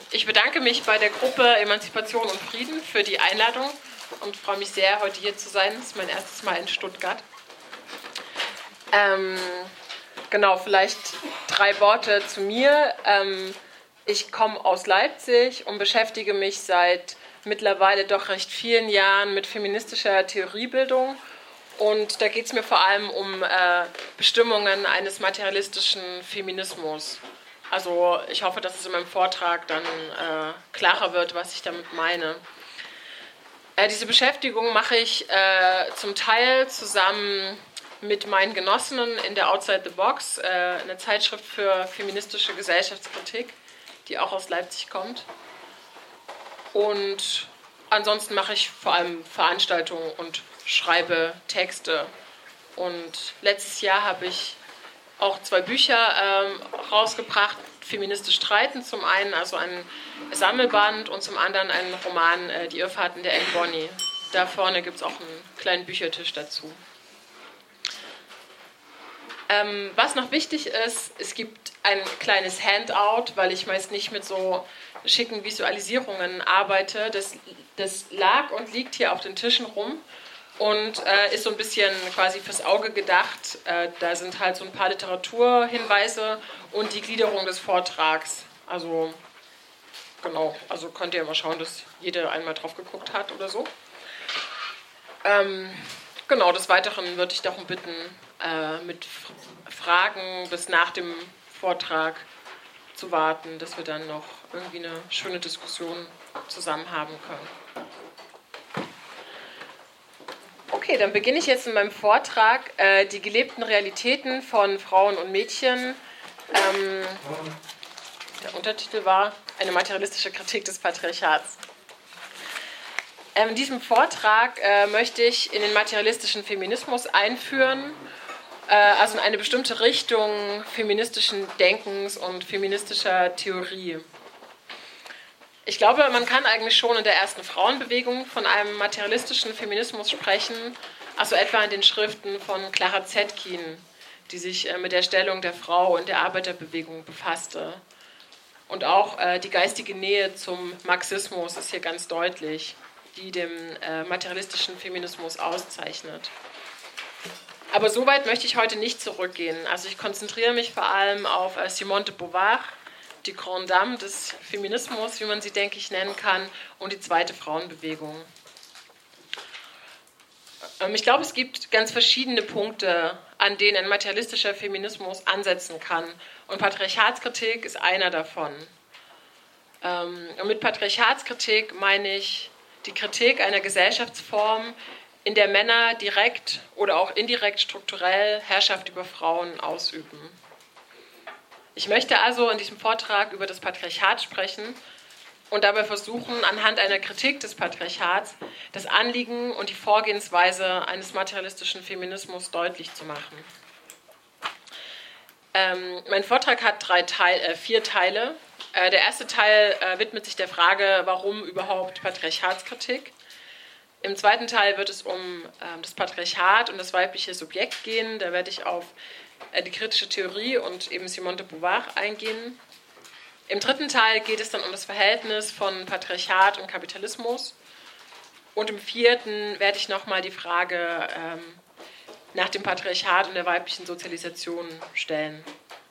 Ich bedanke mich bei der Gruppe Emanzipation und Frieden für die Einladung und freue mich sehr, heute hier zu sein. Das ist mein erstes Mal in Stuttgart. Genau, vielleicht 3 Worte zu mir. Ich komme aus Leipzig und beschäftige mich seit mittlerweile doch recht vielen Jahren mit feministischer Theoriebildung. Und da geht es mir vor allem um Bestimmungen eines materialistischen Feminismus. Also ich hoffe, dass es in meinem Vortrag dann klarer wird, was ich damit meine. Diese Beschäftigung mache ich zum Teil zusammen mit meinen Genossinnen in der Outside the Box, eine Zeitschrift für feministische Gesellschaftskritik, die auch aus Leipzig kommt. Und ansonsten mache ich vor allem Veranstaltungen und schreibe Texte. Und letztes Jahr habe ich auch 2 Bücher rausgebracht, Feministisch streiten zum einen, also ein Sammelband, und zum anderen einen Roman, Die Irrfahrten der Anne Bonny. Da vorne gibt es auch einen kleinen Büchertisch dazu. Was noch wichtig ist, es gibt ein kleines Handout, weil ich meist nicht mit so schicken Visualisierungen arbeite. Das lag und liegt hier auf den Tischen rum und ist so ein bisschen quasi fürs Auge gedacht. Da sind halt so ein paar Literaturhinweise und die Gliederung des Vortrags. Also genau, also könnt ihr mal schauen, dass jeder einmal drauf geguckt hat oder so. Genau, des Weiteren würde ich darum bitten, mit Fragen bis nach dem Vortrag zu warten, dass wir dann noch irgendwie eine schöne Diskussion zusammen haben können. Okay, dann beginne ich jetzt in meinem Vortrag die gelebten Realitäten von Frauen und Mädchen. Der Untertitel war eine materialistische Kritik des Patriarchats. In diesem Vortrag möchte ich in den materialistischen Feminismus einführen, also in eine bestimmte Richtung feministischen Denkens und feministischer Theorie. Ich glaube, man kann eigentlich schon in der ersten Frauenbewegung von einem materialistischen Feminismus sprechen, also etwa in den Schriften von Clara Zetkin, die sich mit der Stellung der Frau in der Arbeiterbewegung befasste. Und auch die geistige Nähe zum Marxismus ist hier ganz deutlich, die dem materialistischen Feminismus auszeichnet. Aber so weit möchte ich heute nicht zurückgehen. Also ich konzentriere mich vor allem auf Simone de Beauvoir, die Grande Dame des Feminismus, wie man sie, denke ich, nennen kann, und die zweite Frauenbewegung. Ich glaube, es gibt ganz verschiedene Punkte, an denen ein materialistischer Feminismus ansetzen kann. Und Patriarchatskritik ist einer davon. Und mit Patriarchatskritik meine ich die Kritik einer Gesellschaftsform, in der Männer direkt oder auch indirekt strukturell Herrschaft über Frauen ausüben. Ich möchte also in diesem Vortrag über das Patriarchat sprechen und dabei versuchen, anhand einer Kritik des Patriarchats das Anliegen und die Vorgehensweise eines materialistischen Feminismus deutlich zu machen. Mein Vortrag hat 4 Teile. Der erste Teil widmet sich der Frage, warum überhaupt Patriarchatskritik. Im zweiten Teil wird es um das Patriarchat und das weibliche Subjekt gehen. Da werde ich auf die kritische Theorie und eben Simone de Beauvoir eingehen. Im dritten Teil geht es dann um das Verhältnis von Patriarchat und Kapitalismus. Und im vierten werde ich nochmal die Frage nach dem Patriarchat und der weiblichen Sozialisation stellen.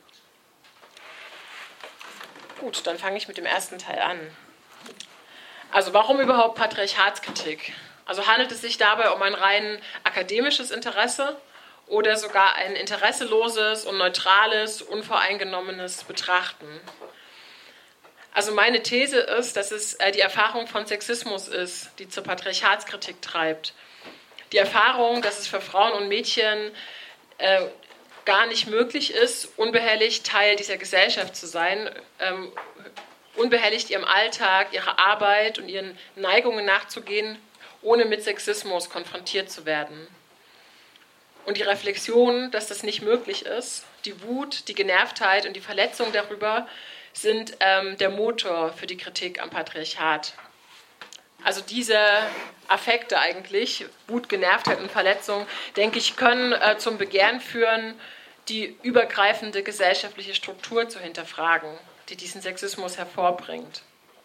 Gut, dann fange ich mit dem ersten Teil an. Also warum überhaupt Patriarchatskritik? Also handelt es sich dabei um ein rein akademisches Interesse oder sogar ein interesseloses und neutrales, unvoreingenommenes Betrachten? Also meine These ist, dass es die Erfahrung von Sexismus ist, die zur Patriarchatskritik treibt. Die Erfahrung, dass es für Frauen und Mädchen gar nicht möglich ist, unbehelligt Teil dieser Gesellschaft zu sein, unbehelligt ihrem Alltag, ihrer Arbeit und ihren Neigungen nachzugehen, ohne mit Sexismus konfrontiert zu werden. Und die Reflexion, dass das nicht möglich ist, die Wut, die Genervtheit und die Verletzung darüber sind der Motor für die Kritik am Patriarchat. Also diese Affekte eigentlich, Wut, Genervtheit und Verletzung, denke ich, können zum Begehren führen, die übergreifende gesellschaftliche Struktur zu hinterfragen, die diesen Sexismus hervorbringt.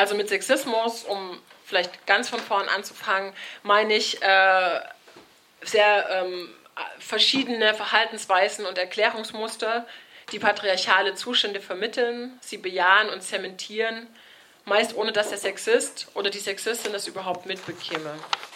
Also mit Sexismus, um vielleicht ganz von vorn anzufangen, meine ich sehr verschiedene Verhaltensweisen und Erklärungsmuster, die patriarchale Zustände vermitteln, sie bejahen und zementieren, meist ohne dass der Sexist oder die Sexistin das überhaupt mitbekäme.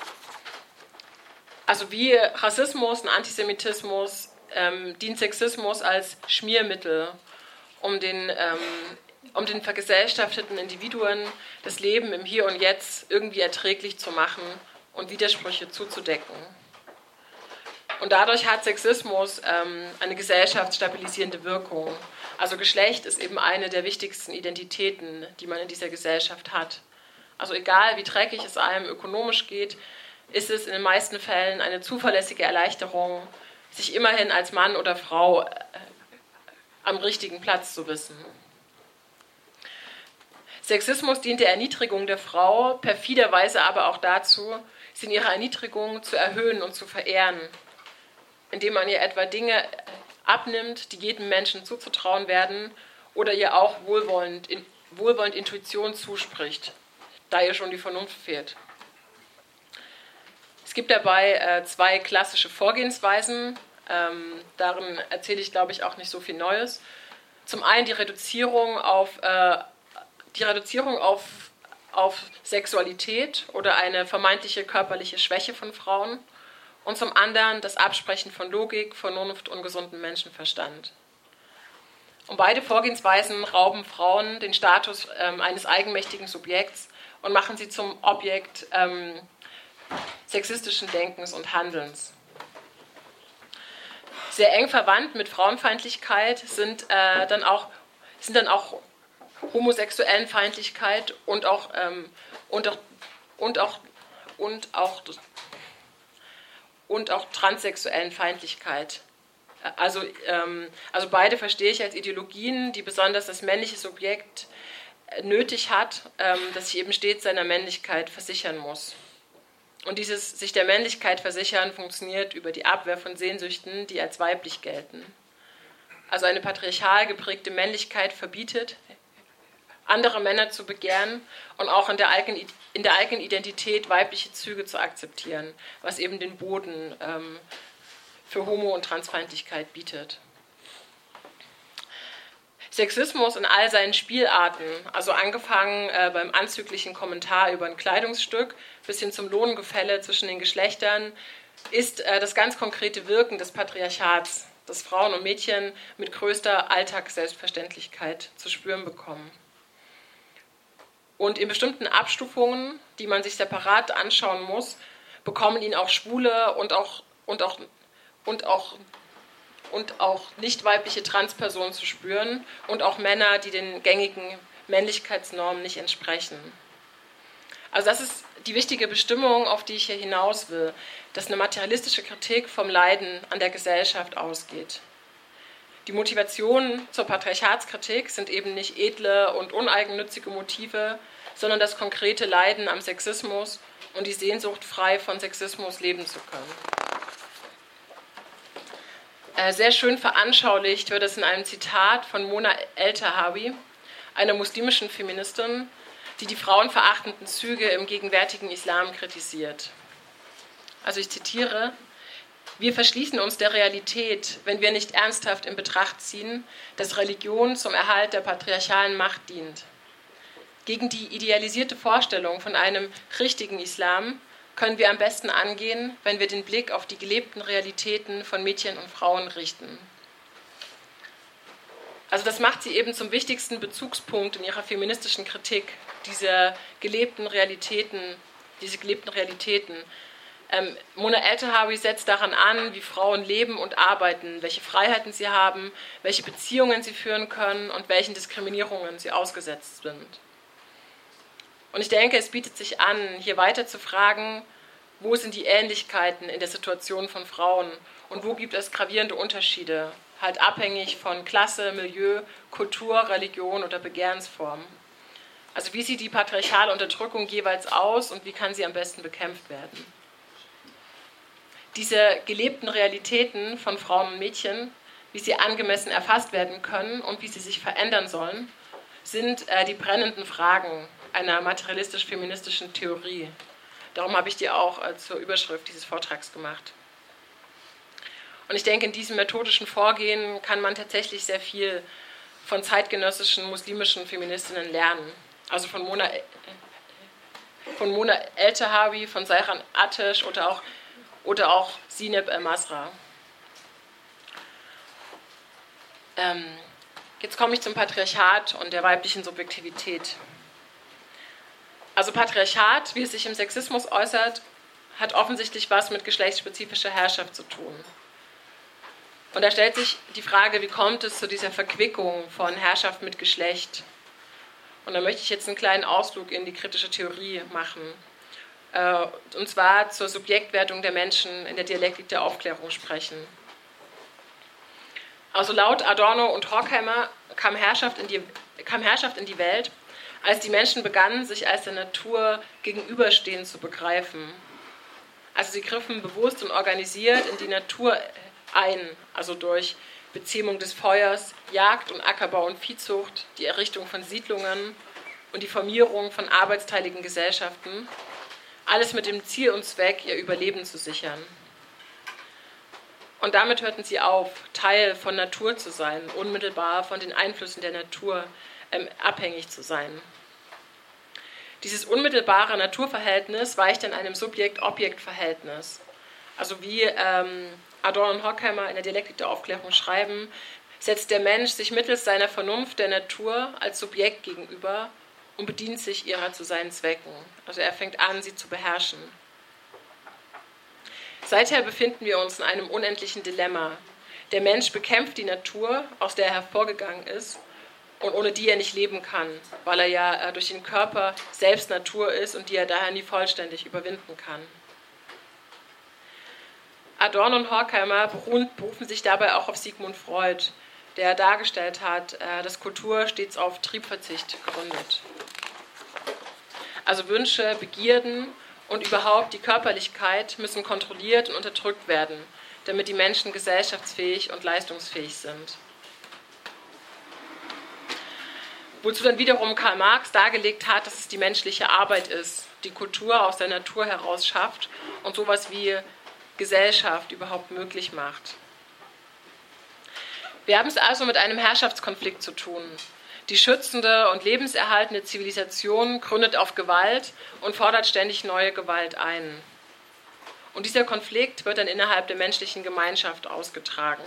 Also wie Rassismus und Antisemitismus dient Sexismus als Schmiermittel, um den vergesellschafteten Individuen das Leben im Hier und Jetzt irgendwie erträglich zu machen und Widersprüche zuzudecken. Und dadurch hat Sexismus eine gesellschaftsstabilisierende Wirkung. Also Geschlecht ist eben eine der wichtigsten Identitäten, die man in dieser Gesellschaft hat. Also egal, wie dreckig es einem ökonomisch geht, ist es in den meisten Fällen eine zuverlässige Erleichterung, sich immerhin als Mann oder Frau am richtigen Platz zu wissen. Sexismus dient der Erniedrigung der Frau, perfiderweise aber auch dazu, sie in ihrer Erniedrigung zu erhöhen und zu verehren, indem man ihr etwa Dinge abnimmt, die jedem Menschen zuzutrauen werden, oder ihr auch wohlwollend Intuition zuspricht, da ihr schon die Vernunft fehlt. Es gibt dabei zwei klassische Vorgehensweisen, darin erzähle ich, glaube ich, auch nicht so viel Neues. Zum einen die Reduzierung auf Sexualität oder eine vermeintliche körperliche Schwäche von Frauen und zum anderen das Absprechen von Logik, Vernunft und gesundem Menschenverstand. Und beide Vorgehensweisen rauben Frauen den Status eines eigenmächtigen Subjekts und machen sie zum Objekt sexistischen Denkens und Handelns. Sehr eng verwandt mit Frauenfeindlichkeit sind dann auch homosexuellen Feindlichkeit und auch transsexuellen Feindlichkeit. Also beide verstehe ich als Ideologien, die besonders das männliche Subjekt nötig hat, das sich eben stets seiner Männlichkeit versichern muss. Und dieses sich der Männlichkeit versichern funktioniert über die Abwehr von Sehnsüchten, die als weiblich gelten. Also eine patriarchal geprägte Männlichkeit verbietet, andere Männer zu begehren und auch in der eigenen Identität weibliche Züge zu akzeptieren, was eben den Boden für Homo- und Transfeindlichkeit bietet. Sexismus in all seinen Spielarten, also angefangen beim anzüglichen Kommentar über ein Kleidungsstück bis hin zum Lohngefälle zwischen den Geschlechtern, ist das ganz konkrete Wirken des Patriarchats, das Frauen und Mädchen mit größter Alltagsselbstverständlichkeit zu spüren bekommen. Und in bestimmten Abstufungen, die man sich separat anschauen muss, bekommen ihn auch Schwule und auch nicht weibliche Transpersonen zu spüren und auch Männer, die den gängigen Männlichkeitsnormen nicht entsprechen. Also das ist die wichtige Bestimmung, auf die ich hier hinaus will, dass eine materialistische Kritik vom Leiden an der Gesellschaft ausgeht. Die Motivationen zur Patriarchatskritik sind eben nicht edle und uneigennützige Motive, sondern das konkrete Leiden am Sexismus und die Sehnsucht, frei von Sexismus leben zu können. Sehr schön veranschaulicht wird es in einem Zitat von Mona El-Tahawi, einer muslimischen Feministin, die die frauenverachtenden Züge im gegenwärtigen Islam kritisiert. Also ich zitiere: Wir verschließen uns der Realität, wenn wir nicht ernsthaft in Betracht ziehen, dass Religion zum Erhalt der patriarchalen Macht dient. Gegen die idealisierte Vorstellung von einem richtigen Islam können wir am besten angehen, wenn wir den Blick auf die gelebten Realitäten von Mädchen und Frauen richten. Also das macht sie eben zum wichtigsten Bezugspunkt in ihrer feministischen Kritik, diese gelebten Realitäten. Mona El-Tahawi setzt daran an, wie Frauen leben und arbeiten, welche Freiheiten sie haben, welche Beziehungen sie führen können und welchen Diskriminierungen sie ausgesetzt sind. Und ich denke, es bietet sich an, hier weiter zu fragen, wo sind die Ähnlichkeiten in der Situation von Frauen und wo gibt es gravierende Unterschiede, halt abhängig von Klasse, Milieu, Kultur, Religion oder Begehrensform. Also wie sieht die patriarchale Unterdrückung jeweils aus und wie kann sie am besten bekämpft werden? Diese gelebten Realitäten von Frauen und Mädchen, wie sie angemessen erfasst werden können und wie sie sich verändern sollen, sind die brennenden Fragen einer materialistisch-feministischen Theorie. Darum habe ich die auch zur Überschrift dieses Vortrags gemacht. Und ich denke, in diesem methodischen Vorgehen kann man tatsächlich sehr viel von zeitgenössischen muslimischen Feministinnen lernen. Also von Mona El-Tahawi, von Seyran Atesh oder auch Zineb El-Masra. Jetzt komme ich zum Patriarchat und der weiblichen Subjektivität. Also Patriarchat, wie es sich im Sexismus äußert, hat offensichtlich was mit geschlechtsspezifischer Herrschaft zu tun. Und da stellt sich die Frage, wie kommt es zu dieser Verquickung von Herrschaft mit Geschlecht? Und da möchte ich jetzt einen kleinen Ausflug in die kritische Theorie machen. Und zwar zur Subjektwertung der Menschen in der Dialektik der Aufklärung sprechen. Also laut Adorno und Horkheimer kam Herrschaft in die Welt, als die Menschen begannen, sich als der Natur gegenüberstehend zu begreifen. Also sie griffen bewusst und organisiert in die Natur ein, also durch Bezähmung des Feuers, Jagd und Ackerbau und Viehzucht, die Errichtung von Siedlungen und die Formierung von arbeitsteiligen Gesellschaften, alles mit dem Ziel und Zweck, ihr Überleben zu sichern. Und damit hörten sie auf, Teil von Natur zu sein, unmittelbar von den Einflüssen der Natur abhängig zu sein. Dieses unmittelbare Naturverhältnis weicht in einem Subjekt-Objekt-Verhältnis. Also wie Adorno und Horkheimer in der Dialektik der Aufklärung schreiben, setzt der Mensch sich mittels seiner Vernunft der Natur als Subjekt gegenüber und bedient sich ihrer zu seinen Zwecken. Also er fängt an, sie zu beherrschen. Seither befinden wir uns in einem unendlichen Dilemma. Der Mensch bekämpft die Natur, aus der er hervorgegangen ist und ohne die er nicht leben kann, weil er ja durch den Körper selbst Natur ist und die er daher nie vollständig überwinden kann. Adorno und Horkheimer berufen sich dabei auch auf Sigmund Freud, der dargestellt hat, dass Kultur stets auf Triebverzicht gründet. Also Wünsche, Begierden und überhaupt die Körperlichkeit müssen kontrolliert und unterdrückt werden, damit die Menschen gesellschaftsfähig und leistungsfähig sind. Wozu dann wiederum Karl Marx dargelegt hat, dass es die menschliche Arbeit ist, die Kultur aus der Natur heraus schafft und sowas wie Gesellschaft überhaupt möglich macht. Wir haben es also mit einem Herrschaftskonflikt zu tun. Die schützende und lebenserhaltende Zivilisation gründet auf Gewalt und fordert ständig neue Gewalt ein. Und dieser Konflikt wird dann innerhalb der menschlichen Gemeinschaft ausgetragen.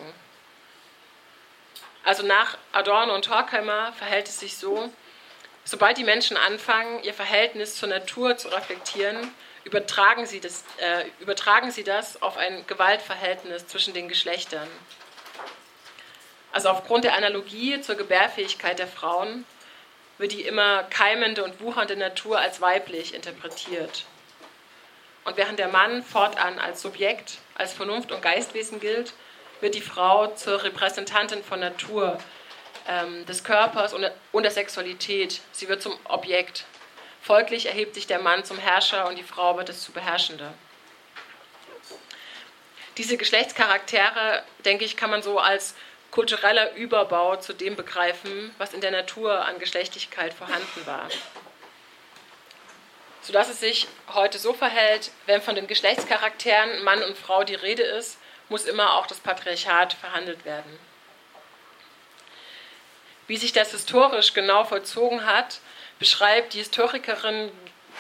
Also nach Adorno und Horkheimer verhält es sich so, sobald die Menschen anfangen, ihr Verhältnis zur Natur zu reflektieren, übertragen sie das auf ein Gewaltverhältnis zwischen den Geschlechtern. Also aufgrund der Analogie zur Gebärfähigkeit der Frauen wird die immer keimende und wuchernde Natur als weiblich interpretiert. Und während der Mann fortan als Subjekt, als Vernunft- und Geistwesen gilt, wird die Frau zur Repräsentantin von Natur, des Körpers und der Sexualität. Sie wird zum Objekt. Folglich erhebt sich der Mann zum Herrscher und die Frau wird es zu Beherrschende. Diese Geschlechtscharaktere, denke ich, kann man so als kultureller Überbau zu dem begreifen, was in der Natur an Geschlechtlichkeit vorhanden war. Sodass es sich heute so verhält, wenn von den Geschlechtscharakteren Mann und Frau die Rede ist, muss immer auch das Patriarchat verhandelt werden. Wie sich das historisch genau vollzogen hat, beschreibt die Historikerin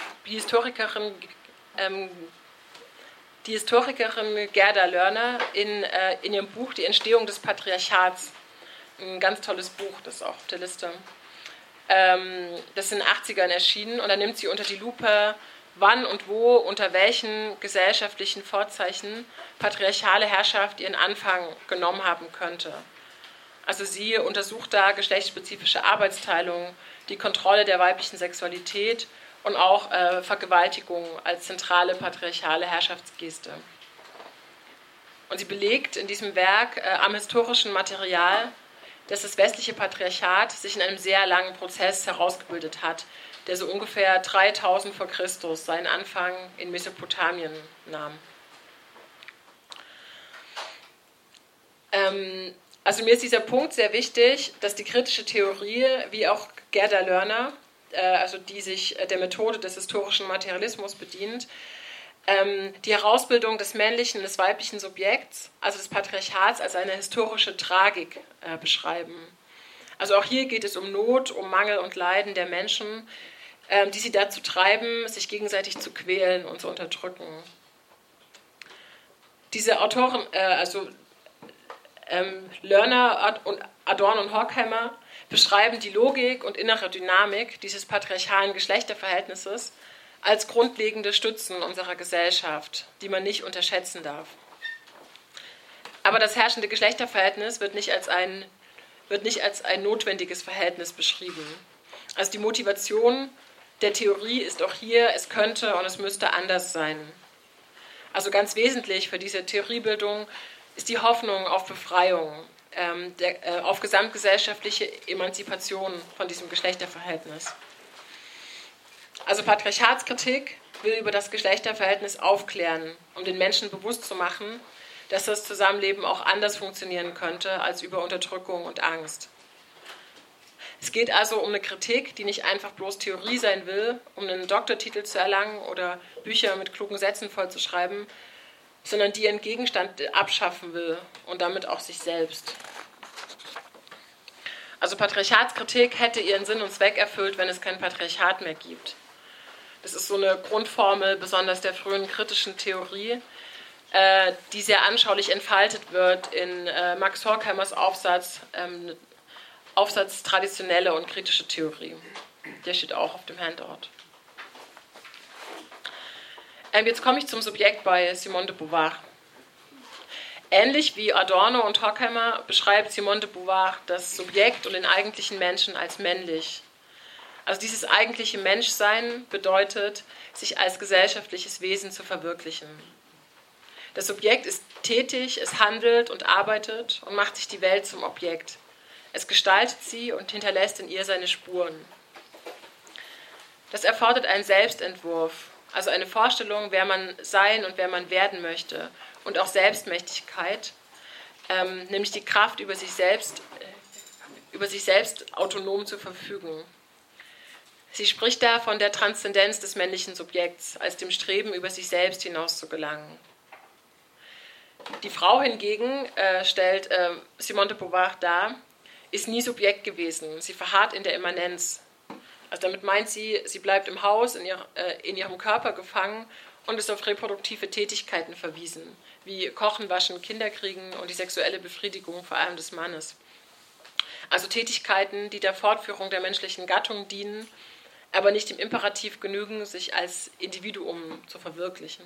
Gerda Lerner in ihrem Buch Die Entstehung des Patriarchats. Ein ganz tolles Buch, das ist auch auf der Liste. Das ist in den 80ern erschienen und da nimmt sie unter die Lupe, wann und wo, unter welchen gesellschaftlichen Vorzeichen patriarchale Herrschaft ihren Anfang genommen haben könnte. Also sie untersucht da geschlechtsspezifische Arbeitsteilung, die Kontrolle der weiblichen Sexualität und auch Vergewaltigung als zentrale patriarchale Herrschaftsgeste. Und sie belegt in diesem Werk am historischen Material, dass das westliche Patriarchat sich in einem sehr langen Prozess herausgebildet hat, der so ungefähr 3000 vor Christus seinen Anfang in Mesopotamien nahm. Also mir ist dieser Punkt sehr wichtig, dass die kritische Theorie, wie auch Gerda Lerner, die sich der Methode des historischen Materialismus bedient, die Herausbildung des männlichen und des weiblichen Subjekts, also des Patriarchats, als eine historische Tragik beschreiben. Also auch hier geht es um Not, um Mangel und Leiden der Menschen, die sie dazu treiben, sich gegenseitig zu quälen und zu unterdrücken. Diese Autoren, Lerner, Adorno und Horkheimer, beschreiben die Logik und innere Dynamik dieses patriarchalen Geschlechterverhältnisses als grundlegende Stützen unserer Gesellschaft, die man nicht unterschätzen darf. Aber das herrschende Geschlechterverhältnis wird nicht als ein notwendiges Verhältnis beschrieben. Also die Motivation der Theorie ist auch hier, es könnte und es müsste anders sein. Also ganz wesentlich für diese Theoriebildung ist die Hoffnung auf Befreiung, auf gesamtgesellschaftliche Emanzipation von diesem Geschlechterverhältnis. Also Patriarchatskritik will über das Geschlechterverhältnis aufklären, um den Menschen bewusst zu machen, dass das Zusammenleben auch anders funktionieren könnte als über Unterdrückung und Angst. Es geht also um eine Kritik, die nicht einfach bloß Theorie sein will, um einen Doktortitel zu erlangen oder Bücher mit klugen Sätzen vollzuschreiben, sondern die ihren Gegenstand abschaffen will und damit auch sich selbst. Also Patriarchatskritik hätte ihren Sinn und Zweck erfüllt, wenn es kein Patriarchat mehr gibt. Das ist so eine Grundformel, besonders der frühen kritischen Theorie, die sehr anschaulich entfaltet wird in Max Horkheimers Aufsatz Traditionelle und kritische Theorie. Der steht auch auf dem Handout. Jetzt komme ich zum Subjekt bei Simone de Beauvoir. Ähnlich wie Adorno und Horkheimer beschreibt Simone de Beauvoir das Subjekt und den eigentlichen Menschen als männlich. Also dieses eigentliche Menschsein bedeutet, sich als gesellschaftliches Wesen zu verwirklichen. Das Subjekt ist tätig, es handelt und arbeitet und macht sich die Welt zum Objekt. Es gestaltet sie und hinterlässt in ihr seine Spuren. Das erfordert einen Selbstentwurf, also eine Vorstellung, wer man sein und wer man werden möchte, und auch Selbstmächtigkeit, nämlich die Kraft, über sich selbst autonom zu verfügen. Sie spricht da von der Transzendenz des männlichen Subjekts, als dem Streben, über sich selbst hinaus zu gelangen. Die Frau hingegen, stellt Simone de Beauvoir dar, ist nie Subjekt gewesen. Sie verharrt in der Immanenz. Also damit meint sie, sie bleibt im Haus, in ihrem Körper gefangen und ist auf reproduktive Tätigkeiten verwiesen, wie Kochen, Waschen, Kinder kriegen und die sexuelle Befriedigung vor allem des Mannes. Also Tätigkeiten, die der Fortführung der menschlichen Gattung dienen, aber nicht dem Imperativ genügen, sich als Individuum zu verwirklichen.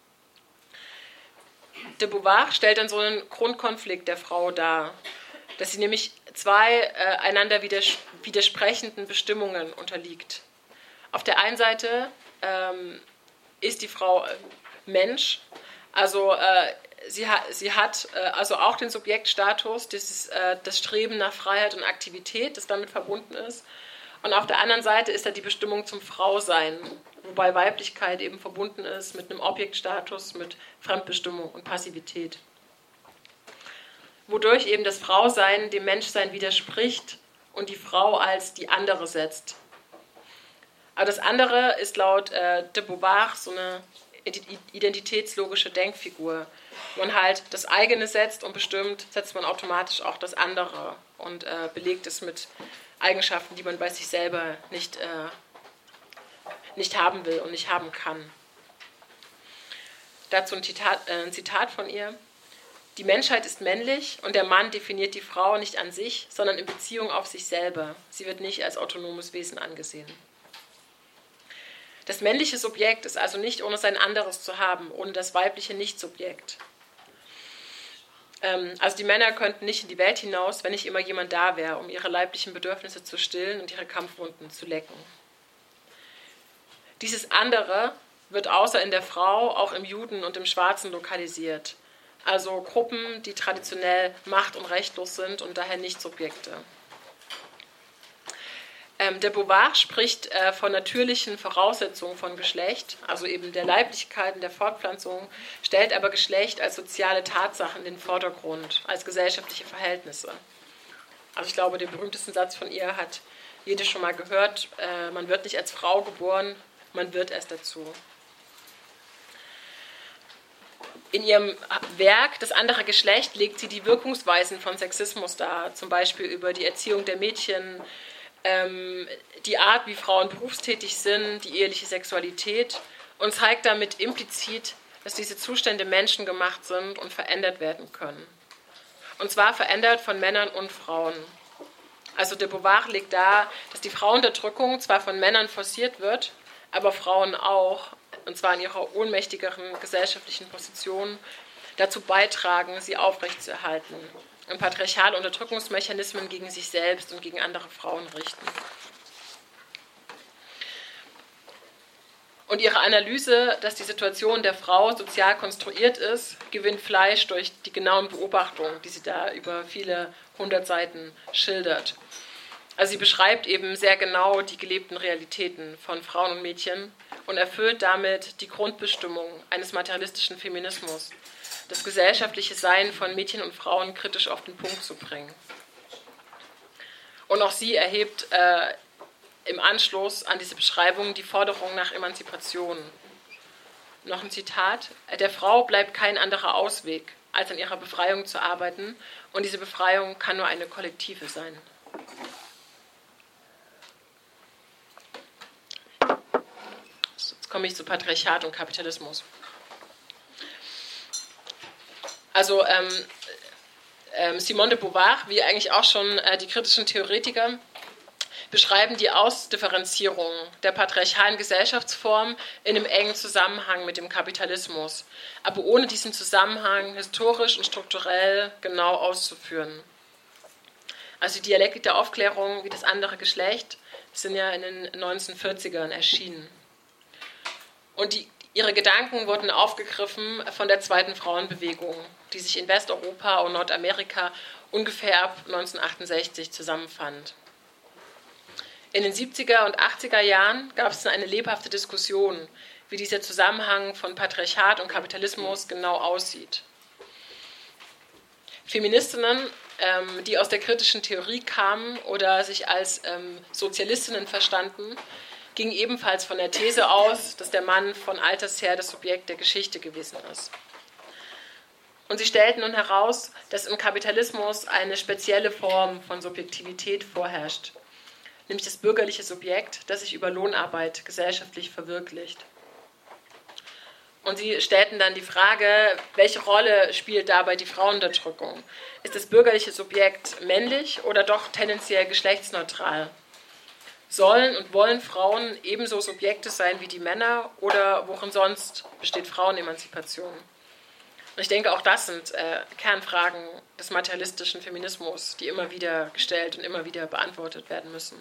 De Beauvoir stellt dann so einen Grundkonflikt der Frau dar, dass sie nämlich zwei einander widersprechenden Bestimmungen unterliegt. Auf der einen Seite ist die Frau Mensch, also sie hat also auch den Subjektstatus, das Streben nach Freiheit und Aktivität, das damit verbunden ist. Und auf der anderen Seite ist da die Bestimmung zum Frausein, wobei Weiblichkeit eben verbunden ist mit einem Objektstatus, mit Fremdbestimmung und Passivität. Wodurch eben das Frausein dem Menschsein widerspricht und die Frau als die andere setzt. Aber das andere ist laut de Beauvoir so eine identitätslogische Denkfigur. Wenn man halt das eigene setzt und bestimmt, setzt man automatisch auch das andere und belegt es mit Eigenschaften, die man bei sich selber nicht haben will und nicht haben kann. Dazu ein Zitat von ihr. Die Menschheit ist männlich und der Mann definiert die Frau nicht an sich, sondern in Beziehung auf sich selber. Sie wird nicht als autonomes Wesen angesehen. Das männliche Subjekt ist also nicht ohne sein anderes zu haben, ohne das weibliche Nicht-Subjekt. Also die Männer könnten nicht in die Welt hinaus, wenn nicht immer jemand da wäre, um ihre leiblichen Bedürfnisse zu stillen und ihre Kampfwunden zu lecken. Dieses andere wird außer in der Frau auch im Juden und im Schwarzen lokalisiert. Also Gruppen, die traditionell macht- und rechtlos sind und daher nicht Subjekte. De Beauvoir spricht von natürlichen Voraussetzungen von Geschlecht, also eben der Leiblichkeit und der Fortpflanzung, stellt aber Geschlecht als soziale Tatsache in den Vordergrund, als gesellschaftliche Verhältnisse. Also ich glaube, den berühmtesten Satz von ihr hat jede schon mal gehört, man wird nicht als Frau geboren, man wird erst dazu. In ihrem Werk Das andere Geschlecht legt sie die Wirkungsweisen von Sexismus dar, zum Beispiel über die Erziehung der Mädchen, die Art, wie Frauen berufstätig sind, die eheliche Sexualität und zeigt damit implizit, dass diese Zustände menschengemacht sind und verändert werden können. Und zwar verändert von Männern und Frauen. Also de Beauvoir legt dar, dass die Frauenunterdrückung zwar von Männern forciert wird, aber Frauen auch, und zwar in ihrer ohnmächtigeren gesellschaftlichen Position, dazu beitragen, sie aufrechtzuerhalten und patriarchale Unterdrückungsmechanismen gegen sich selbst und gegen andere Frauen richten. Und ihre Analyse, dass die Situation der Frau sozial konstruiert ist, gewinnt Fleisch durch die genauen Beobachtungen, die sie da über viele 100 Seiten schildert. Also sie beschreibt eben sehr genau die gelebten Realitäten von Frauen und Mädchen und erfüllt damit die Grundbestimmung eines materialistischen Feminismus, das gesellschaftliche Sein von Mädchen und Frauen kritisch auf den Punkt zu bringen. Und auch sie erhebt im Anschluss an diese Beschreibung die Forderung nach Emanzipation. Noch ein Zitat: Der Frau bleibt kein anderer Ausweg, als an ihrer Befreiung zu arbeiten, und diese Befreiung kann nur eine kollektive sein. Jetzt komme ich zu Patriarchat und Kapitalismus. Also Simone de Beauvoir, wie eigentlich auch schon die kritischen Theoretiker, beschreiben die Ausdifferenzierung der patriarchalen Gesellschaftsform in einem engen Zusammenhang mit dem Kapitalismus, aber ohne diesen Zusammenhang historisch und strukturell genau auszuführen. Also die Dialektik der Aufklärung wie das andere Geschlecht sind ja in den 1940ern erschienen. Und ihre Gedanken wurden aufgegriffen von der zweiten Frauenbewegung, die sich in Westeuropa und Nordamerika ungefähr ab 1968 zusammenfand. In den 70er und 80er Jahren gab es eine lebhafte Diskussion, wie dieser Zusammenhang von Patriarchat und Kapitalismus genau aussieht. Feministinnen, die aus der kritischen Theorie kamen oder sich als Sozialistinnen verstanden, gingen ebenfalls von der These aus, dass der Mann von alters her das Subjekt der Geschichte gewesen ist. Und sie stellten nun heraus, dass im Kapitalismus eine spezielle Form von Subjektivität vorherrscht, nämlich das bürgerliche Subjekt, das sich über Lohnarbeit gesellschaftlich verwirklicht. Und sie stellten dann die Frage, welche Rolle spielt dabei die Frauenunterdrückung? Ist das bürgerliche Subjekt männlich oder doch tendenziell geschlechtsneutral? Sollen und wollen Frauen ebenso Subjekte sein wie die Männer oder worin sonst besteht Frauenemanzipation? Und ich denke, auch das sind Kernfragen des materialistischen Feminismus, die immer wieder gestellt und immer wieder beantwortet werden müssen.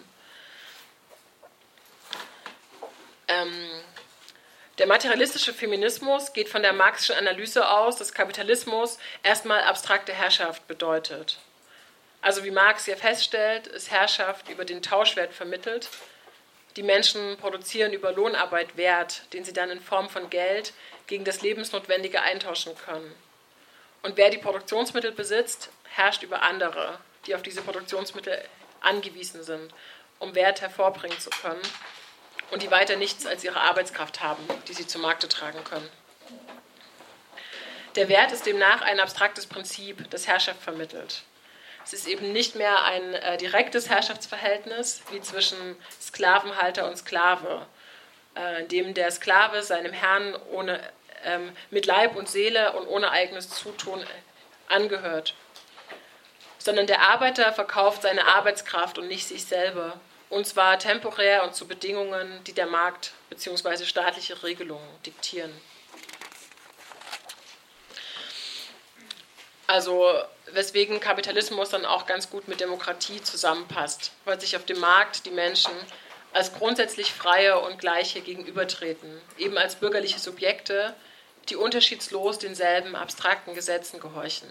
Der materialistische Feminismus geht von der marxischen Analyse aus, dass Kapitalismus erstmal abstrakte Herrschaft bedeutet. Also wie Marx ja feststellt, ist Herrschaft über den Tauschwert vermittelt. Die Menschen produzieren über Lohnarbeit Wert, den sie dann in Form von Geld gegen das Lebensnotwendige eintauschen können. Und wer die Produktionsmittel besitzt, herrscht über andere, die auf diese Produktionsmittel angewiesen sind, um Wert hervorbringen zu können und die weiter nichts als ihre Arbeitskraft haben, die sie zu Markte tragen können. Der Wert ist demnach ein abstraktes Prinzip, das Herrschaft vermittelt. Es ist eben nicht mehr ein direktes Herrschaftsverhältnis wie zwischen Sklavenhalter und Sklave, in dem der Sklave seinem Herrn mit Leib und Seele und ohne eigenes Zutun angehört, sondern der Arbeiter verkauft seine Arbeitskraft und nicht sich selber, und zwar temporär und zu Bedingungen, die der Markt bzw. staatliche Regelungen diktieren. Also weswegen Kapitalismus dann auch ganz gut mit Demokratie zusammenpasst, weil sich auf dem Markt die Menschen als grundsätzlich Freie und Gleiche gegenübertreten, eben als bürgerliche Subjekte, die unterschiedslos denselben abstrakten Gesetzen gehorchen.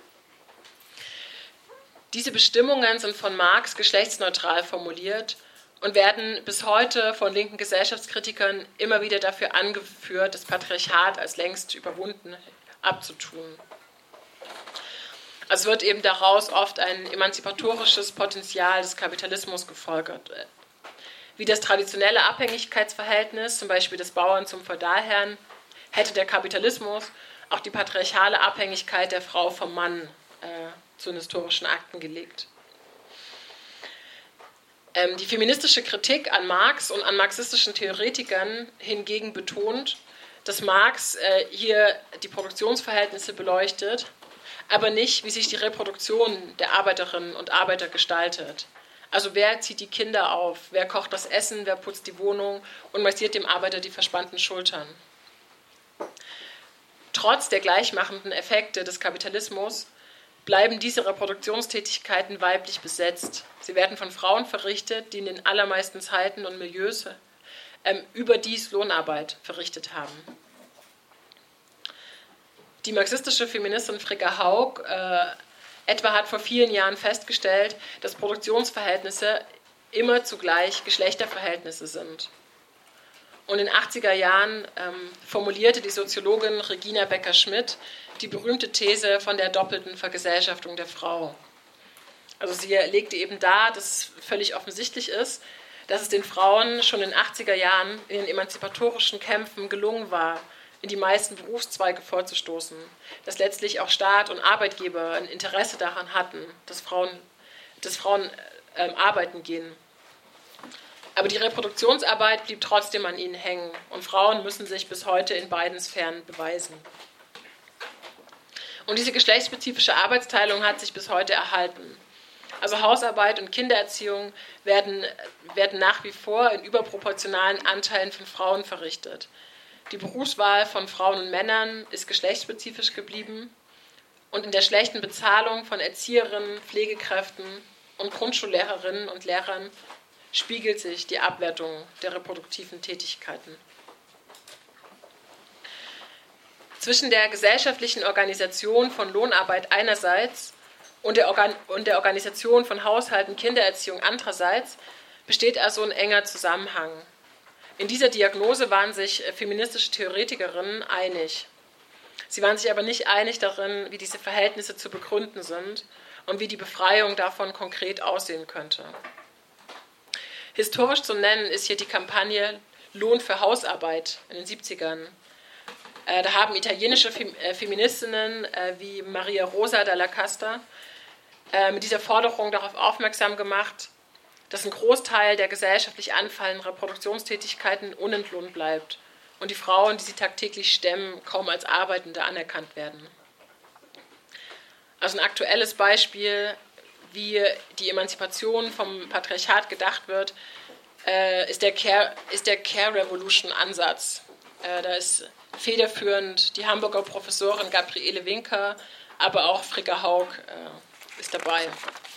Diese Bestimmungen sind von Marx geschlechtsneutral formuliert und werden bis heute von linken Gesellschaftskritikern immer wieder dafür angeführt, das Patriarchat als längst überwunden abzutun. Also wird eben daraus oft ein emanzipatorisches Potenzial des Kapitalismus gefolgert. Wie das traditionelle Abhängigkeitsverhältnis, zum Beispiel des Bauern zum Feudalherrn, hätte der Kapitalismus auch die patriarchale Abhängigkeit der Frau vom Mann zu den historischen Akten gelegt. Die feministische Kritik an Marx und an marxistischen Theoretikern hingegen betont, dass Marx hier die Produktionsverhältnisse beleuchtet, aber nicht, wie sich die Reproduktion der Arbeiterinnen und Arbeiter gestaltet. Also wer zieht die Kinder auf, wer kocht das Essen, wer putzt die Wohnung und massiert dem Arbeiter die verspannten Schultern. Trotz der gleichmachenden Effekte des Kapitalismus bleiben diese Reproduktionstätigkeiten weiblich besetzt. Sie werden von Frauen verrichtet, die in den allermeisten Zeiten und Milieus überdies Lohnarbeit verrichtet haben. Die marxistische Feministin Fricka Haug etwa hat vor vielen Jahren festgestellt, dass Produktionsverhältnisse immer zugleich Geschlechterverhältnisse sind. Und in den 80er Jahren formulierte die Soziologin Regina Becker-Schmidt die berühmte These von der doppelten Vergesellschaftung der Frau. Also sie legte eben dar, dass es völlig offensichtlich ist, dass es den Frauen schon in den 80er Jahren in den emanzipatorischen Kämpfen gelungen war, in die meisten Berufszweige vorzustoßen, dass letztlich auch Staat und Arbeitgeber ein Interesse daran hatten, dass Frauen arbeiten gehen. Aber die Reproduktionsarbeit blieb trotzdem an ihnen hängen und Frauen müssen sich bis heute in beiden Sphären beweisen. Und diese geschlechtsspezifische Arbeitsteilung hat sich bis heute erhalten. Also Hausarbeit und Kindererziehung werden nach wie vor in überproportionalen Anteilen von Frauen verrichtet. Die Berufswahl von Frauen und Männern ist geschlechtsspezifisch geblieben und in der schlechten Bezahlung von Erzieherinnen, Pflegekräften und Grundschullehrerinnen und Lehrern spiegelt sich die Abwertung der reproduktiven Tätigkeiten. Zwischen der gesellschaftlichen Organisation von Lohnarbeit einerseits und der Organisation von Haushalt und Kindererziehung andererseits besteht also ein enger Zusammenhang. In dieser Diagnose waren sich feministische Theoretikerinnen einig. Sie waren sich aber nicht einig darin, wie diese Verhältnisse zu begründen sind und wie die Befreiung davon konkret aussehen könnte. Historisch zu nennen ist hier die Kampagne Lohn für Hausarbeit in den 70ern. Da haben italienische Feministinnen wie Maria Rosa dalla Casta mit dieser Forderung darauf aufmerksam gemacht, dass ein Großteil der gesellschaftlich anfallenden Reproduktionstätigkeiten unentlohnt bleibt und die Frauen, die sie tagtäglich stemmen, kaum als Arbeitende anerkannt werden. Also ein aktuelles Beispiel, wie die Emanzipation vom Patriarchat gedacht wird, ist der Care Revolution Ansatz. Da ist federführend die Hamburger Professorin Gabriele Winker, aber auch Fricka Haug ist dabei.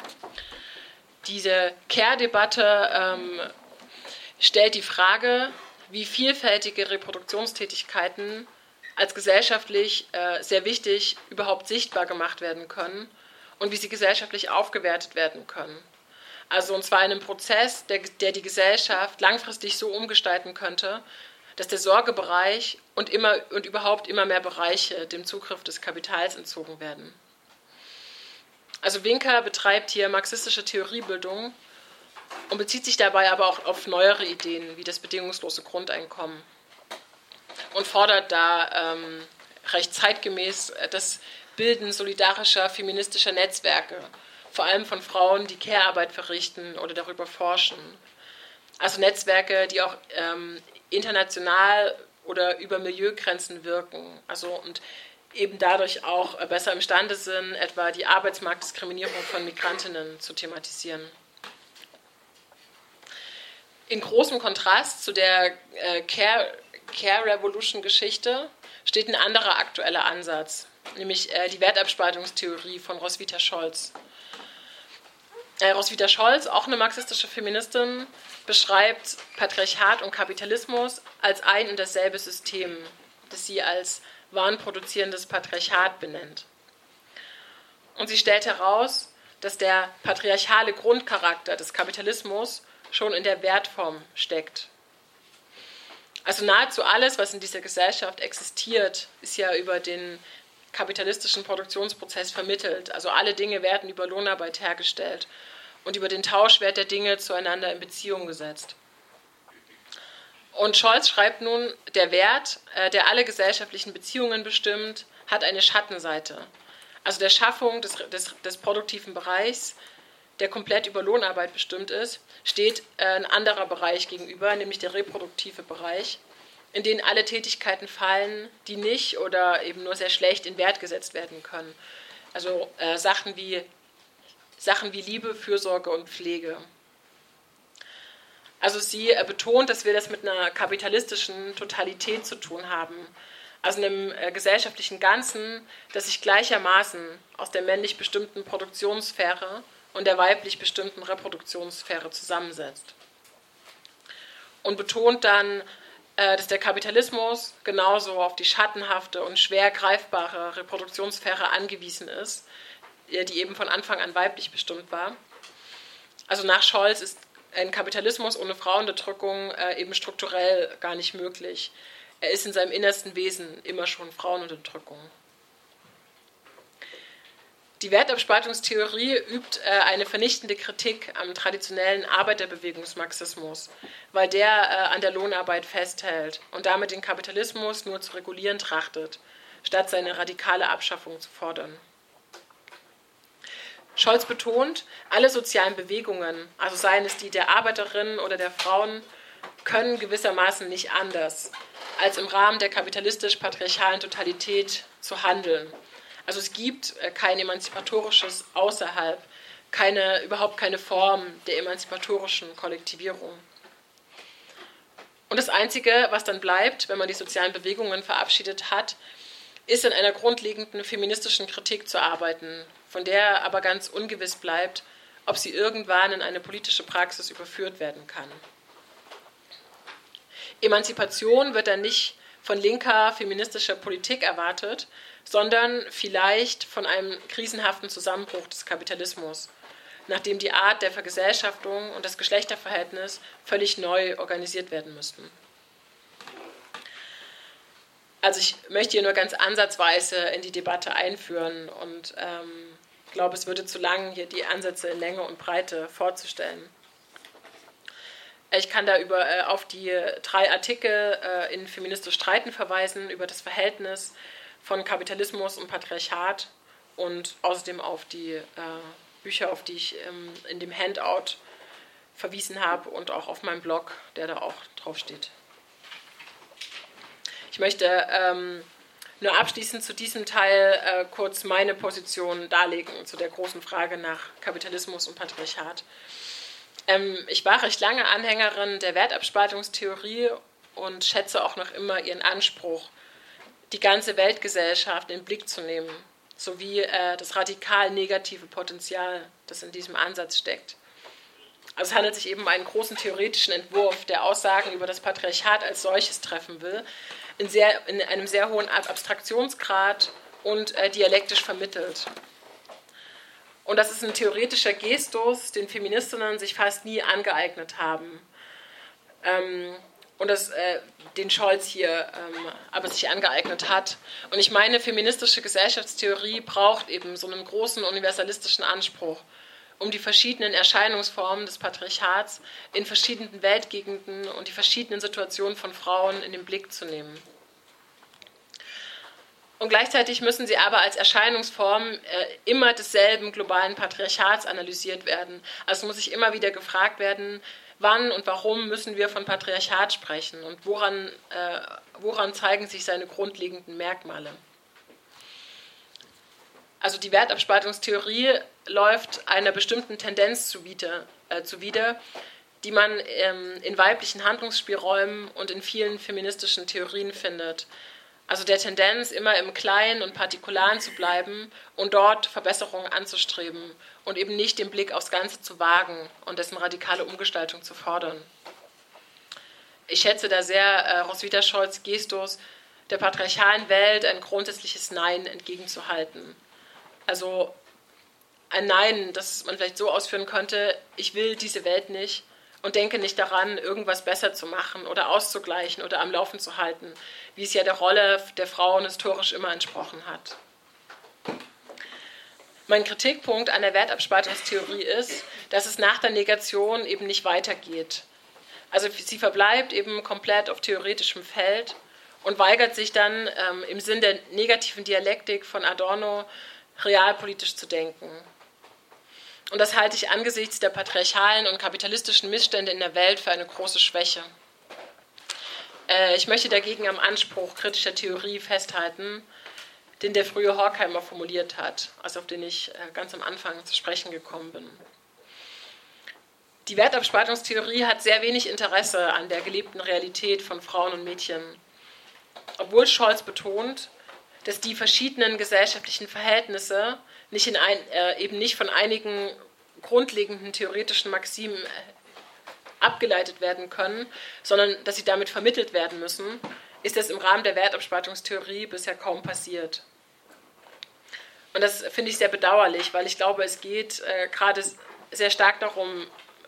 Diese Care-Debatte stellt die Frage, wie vielfältige Reproduktionstätigkeiten als gesellschaftlich sehr wichtig überhaupt sichtbar gemacht werden können und wie sie gesellschaftlich aufgewertet werden können. Also und zwar in einem Prozess, der die Gesellschaft langfristig so umgestalten könnte, dass der Sorgebereich und überhaupt immer mehr Bereiche dem Zugriff des Kapitals entzogen werden. Also Winker betreibt hier marxistische Theoriebildung und bezieht sich dabei aber auch auf neuere Ideen wie das bedingungslose Grundeinkommen und fordert da recht zeitgemäß das Bilden solidarischer feministischer Netzwerke, vor allem von Frauen, die Care-Arbeit verrichten oder darüber forschen. Also Netzwerke, die auch international oder über Milieugrenzen wirken, also und eben dadurch auch besser imstande sind, etwa die Arbeitsmarktdiskriminierung von Migrantinnen zu thematisieren. In großem Kontrast zu der Care Revolution Geschichte steht ein anderer aktueller Ansatz, nämlich die Wertabspaltungstheorie von Roswitha Scholz. Roswitha Scholz, auch eine marxistische Feministin, beschreibt Patriarchat und Kapitalismus als ein und dasselbe System, das sie als warenproduzierendes Patriarchat benennt. Und sie stellt heraus, dass der patriarchale Grundcharakter des Kapitalismus schon in der Wertform steckt. Also nahezu alles, was in dieser Gesellschaft existiert, ist ja über den kapitalistischen Produktionsprozess vermittelt. Also alle Dinge werden über Lohnarbeit hergestellt und über den Tauschwert der Dinge zueinander in Beziehung gesetzt. Und Scholz schreibt nun, der Wert, der alle gesellschaftlichen Beziehungen bestimmt, hat eine Schattenseite. Also der Schaffung des produktiven Bereichs, der komplett über Lohnarbeit bestimmt ist, steht ein anderer Bereich gegenüber, nämlich der reproduktive Bereich, in den alle Tätigkeiten fallen, die nicht oder eben nur sehr schlecht in Wert gesetzt werden können. Also Sachen wie Liebe, Fürsorge und Pflege. Also sie betont, dass wir das mit einer kapitalistischen Totalität zu tun haben. Also einem gesellschaftlichen Ganzen, das sich gleichermaßen aus der männlich bestimmten Produktionssphäre und der weiblich bestimmten Reproduktionssphäre zusammensetzt. Und betont dann, dass der Kapitalismus genauso auf die schattenhafte und schwer greifbare Reproduktionssphäre angewiesen ist, die eben von Anfang an weiblich bestimmt war. Also nach Scholz ist ein Kapitalismus ohne Frauenunterdrückung eben strukturell gar nicht möglich. Er ist in seinem innersten Wesen immer schon Frauenunterdrückung. Die Wertabspaltungstheorie übt eine vernichtende Kritik am traditionellen Arbeiterbewegungsmarxismus, weil der an der Lohnarbeit festhält und damit den Kapitalismus nur zu regulieren trachtet, statt seine radikale Abschaffung zu fordern. Scholz betont, alle sozialen Bewegungen, also seien es die der Arbeiterinnen oder der Frauen, können gewissermaßen nicht anders, als im Rahmen der kapitalistisch-patriarchalen Totalität zu handeln. Also es gibt kein emanzipatorisches Außerhalb, überhaupt keine Form der emanzipatorischen Kollektivierung. Und das Einzige, was dann bleibt, wenn man die sozialen Bewegungen verabschiedet hat, ist an einer grundlegenden feministischen Kritik zu arbeiten, von der aber ganz ungewiss bleibt, ob sie irgendwann in eine politische Praxis überführt werden kann. Emanzipation wird dann nicht von linker feministischer Politik erwartet, sondern vielleicht von einem krisenhaften Zusammenbruch des Kapitalismus, nachdem die Art der Vergesellschaftung und das Geschlechterverhältnis völlig neu organisiert werden müssten. Also ich möchte hier nur ganz ansatzweise in die Debatte einführen und glaube, es würde zu lang, hier die Ansätze in Länge und Breite vorzustellen. Ich kann da auf die 3 Artikel in Feministisch Streiten verweisen, über das Verhältnis von Kapitalismus und Patriarchat und außerdem auf die Bücher, auf die ich in dem Handout verwiesen habe und auch auf meinem Blog, der da auch drauf steht. Ich möchte nur abschließend zu diesem Teil kurz meine Position darlegen zu der großen Frage nach Kapitalismus und Patriarchat. Ich war recht lange Anhängerin der Wertabspaltungstheorie und schätze auch noch immer ihren Anspruch, die ganze Weltgesellschaft in den Blick zu nehmen, sowie das radikal negative Potenzial, das in diesem Ansatz steckt. Also es handelt sich eben um einen großen theoretischen Entwurf, der Aussagen über das Patriarchat als solches treffen will, in einem sehr hohen Abstraktionsgrad und dialektisch vermittelt. Und das ist ein theoretischer Gestus, den Feministinnen sich fast nie angeeignet haben. Und den Scholz hier aber sich angeeignet hat. Und ich meine, feministische Gesellschaftstheorie braucht eben so einen großen universalistischen Anspruch, um die verschiedenen Erscheinungsformen des Patriarchats in verschiedenen Weltgegenden und die verschiedenen Situationen von Frauen in den Blick zu nehmen. Und gleichzeitig müssen sie aber als Erscheinungsform immer desselben globalen Patriarchats analysiert werden. Also muss sich immer wieder gefragt werden, wann und warum müssen wir von Patriarchat sprechen und woran zeigen sich seine grundlegenden Merkmale. Also die Wertabspaltungstheorie läuft einer bestimmten Tendenz zuwider, die man in weiblichen Handlungsspielräumen und in vielen feministischen Theorien findet. Also der Tendenz, immer im Kleinen und Partikularen zu bleiben und dort Verbesserungen anzustreben und eben nicht den Blick aufs Ganze zu wagen und dessen radikale Umgestaltung zu fordern. Ich schätze da sehr Roswitha Scholz' Gestus, der patriarchalen Welt ein grundsätzliches Nein entgegenzuhalten. Also ein Nein, das man vielleicht so ausführen könnte, ich will diese Welt nicht und denke nicht daran, irgendwas besser zu machen oder auszugleichen oder am Laufen zu halten, wie es ja der Rolle der Frauen historisch immer entsprochen hat. Mein Kritikpunkt an der Wertabspaltungstheorie ist, dass es nach der Negation eben nicht weitergeht. Also sie verbleibt eben komplett auf theoretischem Feld und weigert sich dann im Sinn der negativen Dialektik von Adorno realpolitisch zu denken. Und das halte ich angesichts der patriarchalen und kapitalistischen Missstände in der Welt für eine große Schwäche. Ich möchte dagegen am Anspruch kritischer Theorie festhalten, den der frühe Horkheimer formuliert hat, also auf den ich ganz am Anfang zu sprechen gekommen bin. Die Wertabspaltungstheorie hat sehr wenig Interesse an der gelebten Realität von Frauen und Mädchen, obwohl Scholz betont, dass die verschiedenen gesellschaftlichen Verhältnisse eben nicht von einigen grundlegenden theoretischen Maximen abgeleitet werden können, sondern dass sie damit vermittelt werden müssen, ist das im Rahmen der Wertabspaltungstheorie bisher kaum passiert. Und das finde ich sehr bedauerlich, weil ich glaube, es geht gerade sehr stark darum,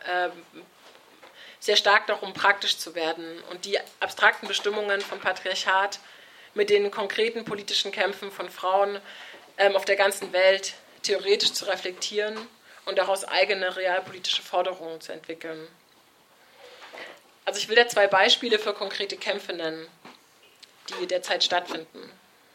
praktisch zu werden und die abstrakten Bestimmungen von Patriarchat mit den konkreten politischen Kämpfen von Frauen auf der ganzen Welt theoretisch zu reflektieren und daraus eigene realpolitische Forderungen zu entwickeln. Also ich will da 2 Beispiele für konkrete Kämpfe nennen, die derzeit stattfinden.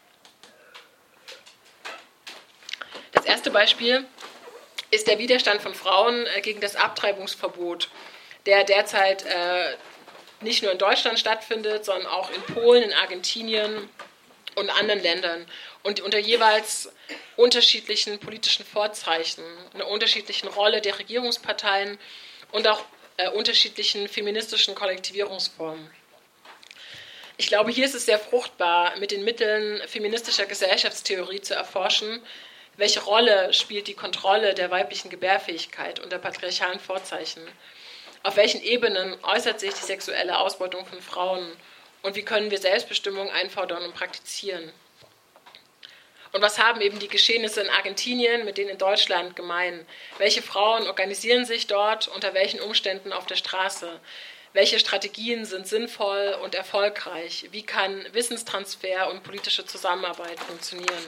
Das erste Beispiel ist der Widerstand von Frauen gegen das Abtreibungsverbot, der derzeit nicht nur in Deutschland stattfindet, sondern auch in Polen, in Argentinien und anderen Ländern und unter jeweils unterschiedlichen politischen Vorzeichen, einer unterschiedlichen Rolle der Regierungsparteien und auch unterschiedlichen feministischen Kollektivierungsformen. Ich glaube, hier ist es sehr fruchtbar, mit den Mitteln feministischer Gesellschaftstheorie zu erforschen, welche Rolle spielt die Kontrolle der weiblichen Gebärfähigkeit unter patriarchalen Vorzeichen? Auf welchen Ebenen äußert sich die sexuelle Ausbeutung von Frauen? Und wie können wir Selbstbestimmung einfordern und praktizieren? Und was haben eben die Geschehnisse in Argentinien mit denen in Deutschland gemein? Welche Frauen organisieren sich dort, unter welchen Umständen auf der Straße? Welche Strategien sind sinnvoll und erfolgreich? Wie kann Wissenstransfer und politische Zusammenarbeit funktionieren?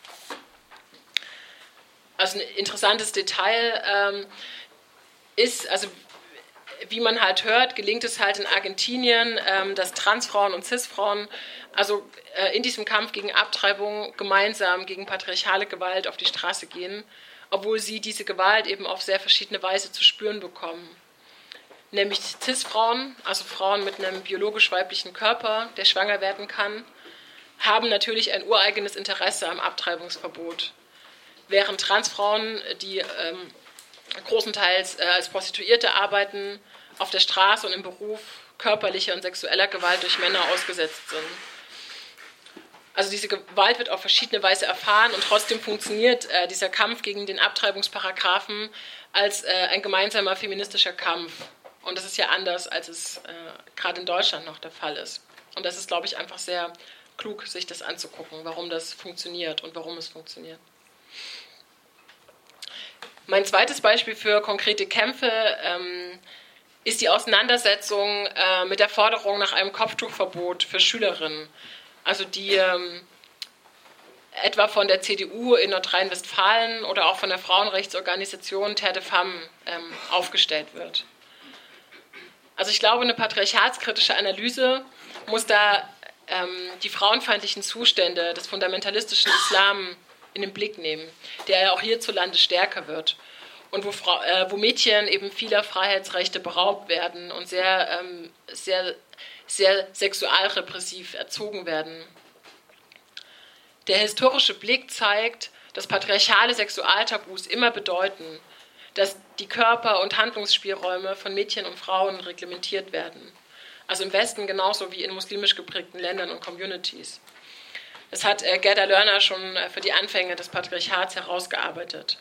Also ein interessantes Detail ist, also wie man halt hört, gelingt es halt in Argentinien, dass Transfrauen und Cisfrauen also in diesem Kampf gegen Abtreibung gemeinsam gegen patriarchale Gewalt auf die Straße gehen, obwohl sie diese Gewalt eben auf sehr verschiedene Weise zu spüren bekommen. Nämlich Cis-Frauen, also Frauen mit einem biologisch weiblichen Körper, der schwanger werden kann, haben natürlich ein ureigenes Interesse am Abtreibungsverbot. Während Transfrauen, die großenteils als Prostituierte arbeiten, auf der Straße und im Beruf körperlicher und sexueller Gewalt durch Männer ausgesetzt sind. Also diese Gewalt wird auf verschiedene Weise erfahren und trotzdem funktioniert dieser Kampf gegen den Abtreibungsparagraphen als ein gemeinsamer feministischer Kampf. Und das ist ja anders, als es gerade in Deutschland noch der Fall ist. Und das ist, glaube ich, einfach sehr klug, sich das anzugucken, warum das funktioniert und warum es funktioniert. Mein zweites Beispiel für konkrete Kämpfe ist die Auseinandersetzung mit der Forderung nach einem Kopftuchverbot für Schülerinnen, also die etwa von der CDU in Nordrhein-Westfalen oder auch von der Frauenrechtsorganisation Terre de Femme aufgestellt wird. Also ich glaube, eine patriarchatskritische Analyse muss da die frauenfeindlichen Zustände des fundamentalistischen Islam in den Blick nehmen, der ja auch hierzulande stärker wird und wo Mädchen eben vieler Freiheitsrechte beraubt werden und sehr sexualrepressiv erzogen werden. Der historische Blick zeigt, dass patriarchale Sexualtabus immer bedeuten, dass die Körper- und Handlungsspielräume von Mädchen und Frauen reglementiert werden. Also im Westen genauso wie in muslimisch geprägten Ländern und Communities. Das hat Gerda Lerner schon für die Anfänge des Patriarchats herausgearbeitet.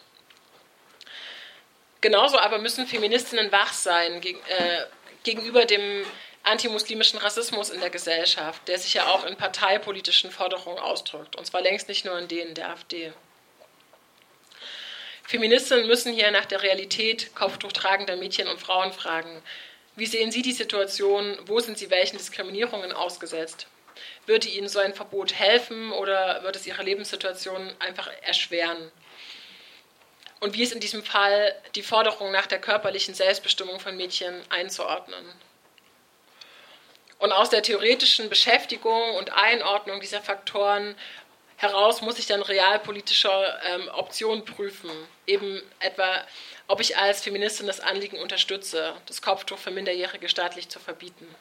Genauso aber müssen Feministinnen wach sein gegenüber dem antimuslimischen Rassismus in der Gesellschaft, der sich ja auch in parteipolitischen Forderungen ausdrückt, und zwar längst nicht nur in denen der AfD. Feministinnen müssen hier nach der Realität kopftuchtragender Mädchen und Frauen fragen. Wie sehen Sie die Situation? Wo sind Sie welchen Diskriminierungen ausgesetzt? Würde Ihnen so ein Verbot helfen oder wird es Ihre Lebenssituation einfach erschweren? und wie ist in diesem Fall die Forderung nach der körperlichen Selbstbestimmung von Mädchen einzuordnen. Und aus der theoretischen Beschäftigung und Einordnung dieser Faktoren heraus muss ich dann realpolitische Optionen prüfen. Eben etwa, ob ich als Feministin das Anliegen unterstütze, das Kopftuch für Minderjährige staatlich zu verbieten.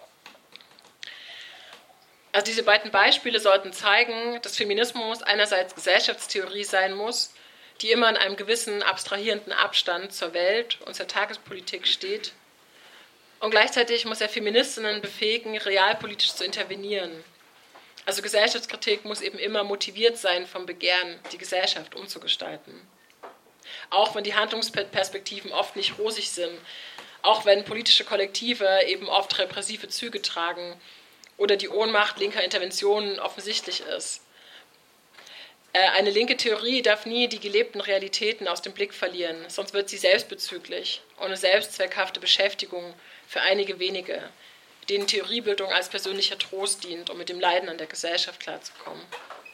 Also diese beiden Beispiele sollten zeigen, dass Feminismus einerseits Gesellschaftstheorie sein muss, die immer in einem gewissen abstrahierenden Abstand zur Welt und zur Tagespolitik steht. Und gleichzeitig muss er Feministinnen befähigen, realpolitisch zu intervenieren. Also Gesellschaftskritik muss eben immer motiviert sein vom Begehren, die Gesellschaft umzugestalten. Auch wenn die Handlungsperspektiven oft nicht rosig sind, auch wenn politische Kollektive eben oft repressive Züge tragen oder die Ohnmacht linker Interventionen offensichtlich ist. Eine linke Theorie darf nie die gelebten Realitäten aus dem Blick verlieren, sonst wird sie selbstbezüglich und eine selbstzweckhafte Beschäftigung für einige wenige, denen Theoriebildung als persönlicher Trost dient, um mit dem Leiden an der Gesellschaft klarzukommen.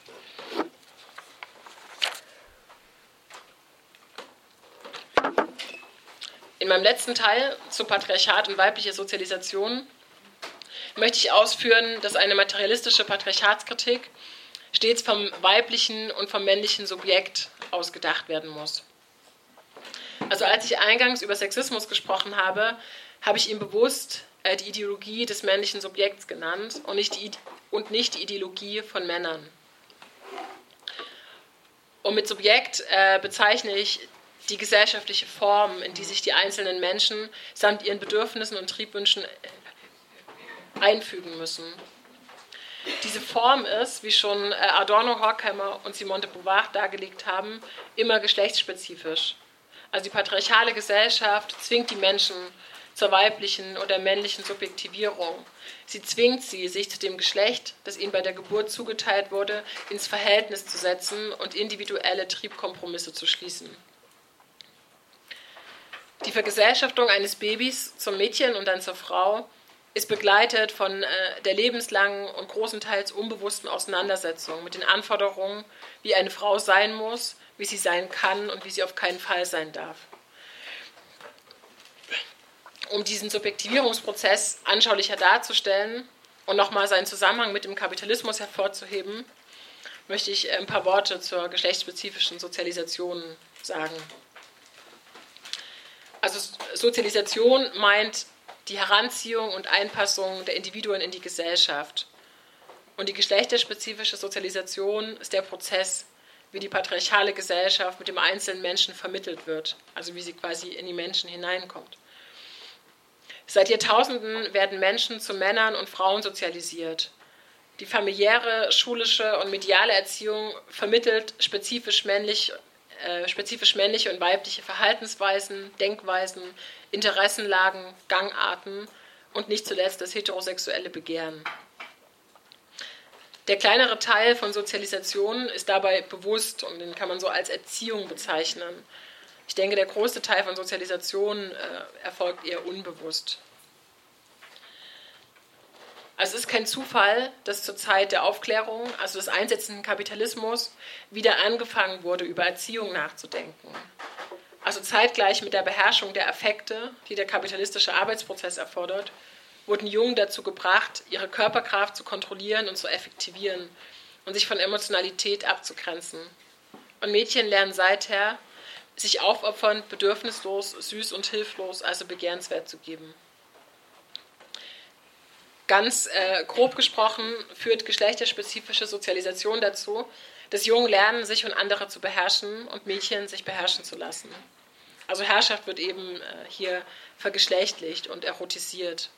In meinem letzten Teil zu Patriarchat und weiblicher Sozialisation möchte ich ausführen, dass eine materialistische Patriarchatskritik stets vom weiblichen und vom männlichen Subjekt ausgedacht werden muss. Also als ich eingangs über Sexismus gesprochen habe, habe ich ihm bewusst die Ideologie des männlichen Subjekts genannt und nicht die Ideologie von Männern. Und mit Subjekt bezeichne ich die gesellschaftliche Form, in die sich die einzelnen Menschen samt ihren Bedürfnissen und Triebwünschen einfügen müssen. Diese Form ist, wie schon Adorno, Horkheimer und Simone de Beauvoir dargelegt haben, immer geschlechtsspezifisch. Also die patriarchale Gesellschaft zwingt die Menschen zur weiblichen oder männlichen Subjektivierung. Sie zwingt sie, sich zu dem Geschlecht, das ihnen bei der Geburt zugeteilt wurde, ins Verhältnis zu setzen und individuelle Triebkompromisse zu schließen. Die Vergesellschaftung eines Babys zum Mädchen und dann zur Frau ist begleitet von der lebenslangen und großenteils unbewussten Auseinandersetzung mit den Anforderungen, wie eine Frau sein muss, wie sie sein kann und wie sie auf keinen Fall sein darf. Um diesen Subjektivierungsprozess anschaulicher darzustellen und nochmal seinen Zusammenhang mit dem Kapitalismus hervorzuheben, möchte ich ein paar Worte zur geschlechtsspezifischen Sozialisation sagen. Also Sozialisation meint die Heranziehung und Einpassung der Individuen in die Gesellschaft. Und die geschlechterspezifische Sozialisation ist der Prozess, wie die patriarchale Gesellschaft mit dem einzelnen Menschen vermittelt wird, also wie sie quasi in die Menschen hineinkommt. Seit Jahrtausenden werden Menschen zu Männern und Frauen sozialisiert. Die familiäre, schulische und mediale Erziehung vermittelt spezifisch männliche und weibliche Verhaltensweisen, Denkweisen, Interessenlagen, Gangarten und nicht zuletzt das heterosexuelle Begehren. Der kleinere Teil von Sozialisation ist dabei bewusst und den kann man so als Erziehung bezeichnen. Ich denke, der größte Teil von Sozialisation erfolgt eher unbewusst. Also es ist kein Zufall, dass zur Zeit der Aufklärung, also des einsetzenden Kapitalismus, wieder angefangen wurde, über Erziehung nachzudenken. Also zeitgleich mit der Beherrschung der Affekte, die der kapitalistische Arbeitsprozess erfordert, wurden Jungen dazu gebracht, ihre Körperkraft zu kontrollieren und zu effektivieren und sich von Emotionalität abzugrenzen. Und Mädchen lernen seither, sich aufopfernd, bedürfnislos, süß und hilflos, also begehrenswert zu geben. Ganz grob gesprochen führt geschlechterspezifische Sozialisation dazu, dass Jungen lernen, sich und andere zu beherrschen und Mädchen sich beherrschen zu lassen. Also Herrschaft wird eben hier vergeschlechtlicht und erotisiert.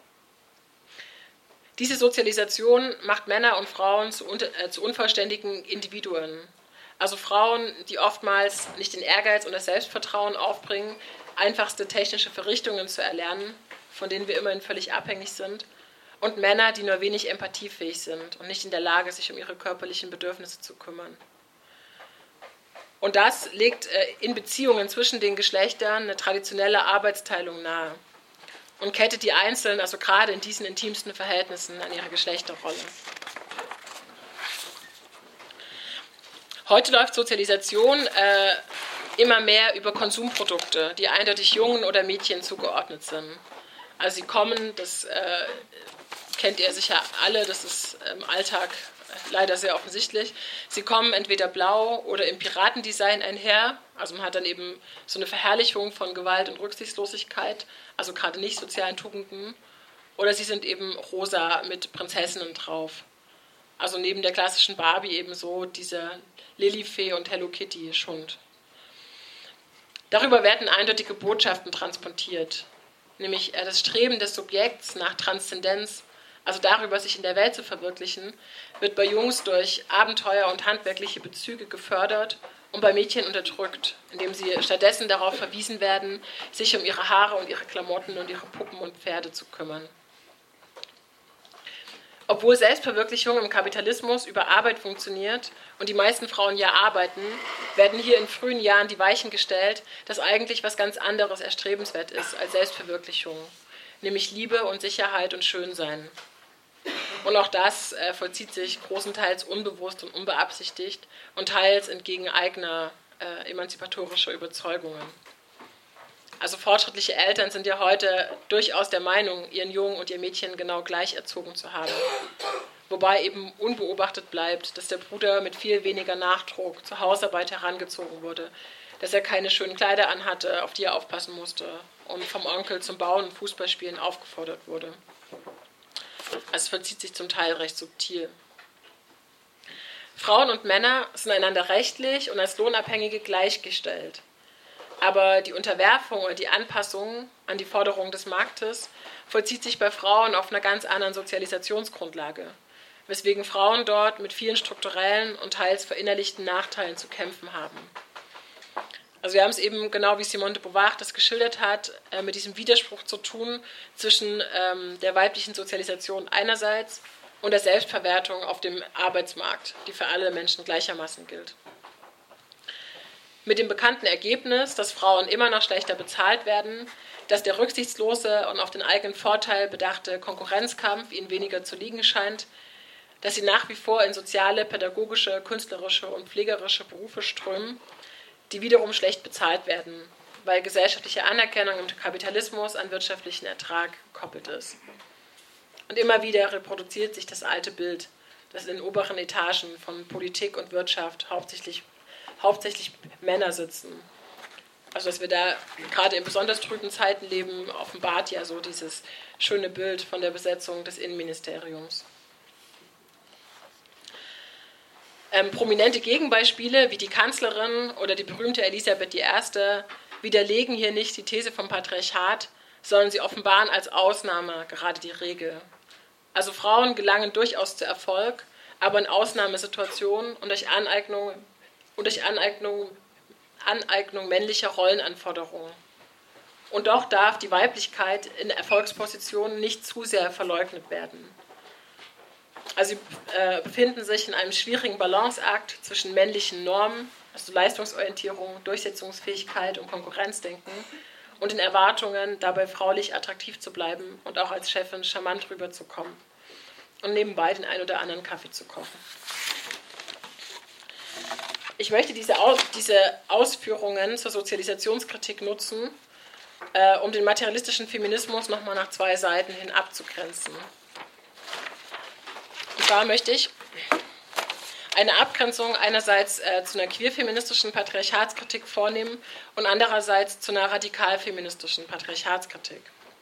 Diese Sozialisation macht Männer und Frauen zu unvollständigen Individuen. Also Frauen, die oftmals nicht den Ehrgeiz und das Selbstvertrauen aufbringen, einfachste technische Verrichtungen zu erlernen, von denen wir immerhin völlig abhängig sind, und Männer, die nur wenig empathiefähig sind und nicht in der Lage, sich um ihre körperlichen Bedürfnisse zu kümmern. Und das legt in Beziehungen zwischen den Geschlechtern eine traditionelle Arbeitsteilung nahe und kettet die Einzelnen, also gerade in diesen intimsten Verhältnissen, an ihre Geschlechterrolle. Heute läuft Sozialisation immer mehr über Konsumprodukte, die eindeutig Jungen oder Mädchen zugeordnet sind. Also sie kommen, das kennt ihr sicher alle, das ist im Alltag leider sehr offensichtlich, sie kommen entweder blau oder im Piratendesign einher, also man hat dann eben so eine Verherrlichung von Gewalt und Rücksichtslosigkeit, also gerade nicht sozialen Tugenden, oder sie sind eben rosa mit Prinzessinnen drauf. Also neben der klassischen Barbie eben so diese Lilifee und Hello Kitty Schund. Darüber werden eindeutige Botschaften transportiert, nämlich das Streben des Subjekts nach Transzendenz, also darüber, sich in der Welt zu verwirklichen, wird bei Jungs durch Abenteuer und handwerkliche Bezüge gefördert und bei Mädchen unterdrückt, indem sie stattdessen darauf verwiesen werden, sich um ihre Haare und ihre Klamotten und ihre Puppen und Pferde zu kümmern. Obwohl Selbstverwirklichung im Kapitalismus über Arbeit funktioniert und die meisten Frauen ja arbeiten, werden hier in frühen Jahren die Weichen gestellt, dass eigentlich was ganz anderes erstrebenswert ist als Selbstverwirklichung, nämlich Liebe und Sicherheit und Schönsein. Und auch das vollzieht sich großenteils unbewusst und unbeabsichtigt und teils entgegen eigener emanzipatorischer Überzeugungen. Also fortschrittliche Eltern sind ja heute durchaus der Meinung, ihren Jungen und ihr Mädchen genau gleich erzogen zu haben. Wobei eben unbeobachtet bleibt, dass der Bruder mit viel weniger Nachdruck zur Hausarbeit herangezogen wurde, dass er keine schönen Kleider anhatte, auf die er aufpassen musste und vom Onkel zum Bauen und Fußballspielen aufgefordert wurde. Also es vollzieht sich zum Teil recht subtil. Frauen und Männer sind einander rechtlich und als Lohnabhängige gleichgestellt. Aber die Unterwerfung oder die Anpassung an die Forderungen des Marktes vollzieht sich bei Frauen auf einer ganz anderen Sozialisationsgrundlage, weswegen Frauen dort mit vielen strukturellen und teils verinnerlichten Nachteilen zu kämpfen haben. Also wir haben es eben, genau wie Simone de Beauvoir das geschildert hat, mit diesem Widerspruch zu tun zwischen der weiblichen Sozialisation einerseits und der Selbstverwertung auf dem Arbeitsmarkt, die für alle Menschen gleichermaßen gilt. Mit dem bekannten Ergebnis, dass Frauen immer noch schlechter bezahlt werden, dass der rücksichtslose und auf den eigenen Vorteil bedachte Konkurrenzkampf ihnen weniger zu liegen scheint, dass sie nach wie vor in soziale, pädagogische, künstlerische und pflegerische Berufe strömen, die wiederum schlecht bezahlt werden, weil gesellschaftliche Anerkennung im Kapitalismus an wirtschaftlichen Ertrag gekoppelt ist. Und immer wieder reproduziert sich das alte Bild, dass in den oberen Etagen von Politik und Wirtschaft hauptsächlich Männer sitzen. Also dass wir da gerade in besonders trüben Zeiten leben, offenbart ja so dieses schöne Bild von der Besetzung des Innenministeriums. Prominente Gegenbeispiele wie die Kanzlerin oder die berühmte Elisabeth I. widerlegen hier nicht die These vom Patriarchat, sondern sie offenbaren als Ausnahme gerade die Regel. Also Frauen gelangen durchaus zu Erfolg, aber in Ausnahmesituationen und durch Aneignung männlicher Rollenanforderungen. Und doch darf die Weiblichkeit in Erfolgspositionen nicht zu sehr verleugnet werden. Also sie befinden sich in einem schwierigen Balanceakt zwischen männlichen Normen, also Leistungsorientierung, Durchsetzungsfähigkeit und Konkurrenzdenken, und den Erwartungen, dabei fraulich attraktiv zu bleiben und auch als Chefin charmant rüberzukommen und nebenbei den ein oder anderen Kaffee zu kochen. Ich möchte diese Ausführungen zur Sozialisationskritik nutzen, um den materialistischen Feminismus nochmal nach zwei Seiten hin abzugrenzen. Und zwar möchte ich eine Abgrenzung einerseits zu einer queerfeministischen Patriarchatskritik vornehmen und andererseits zu einer radikalfeministischen Patriarchatskritik.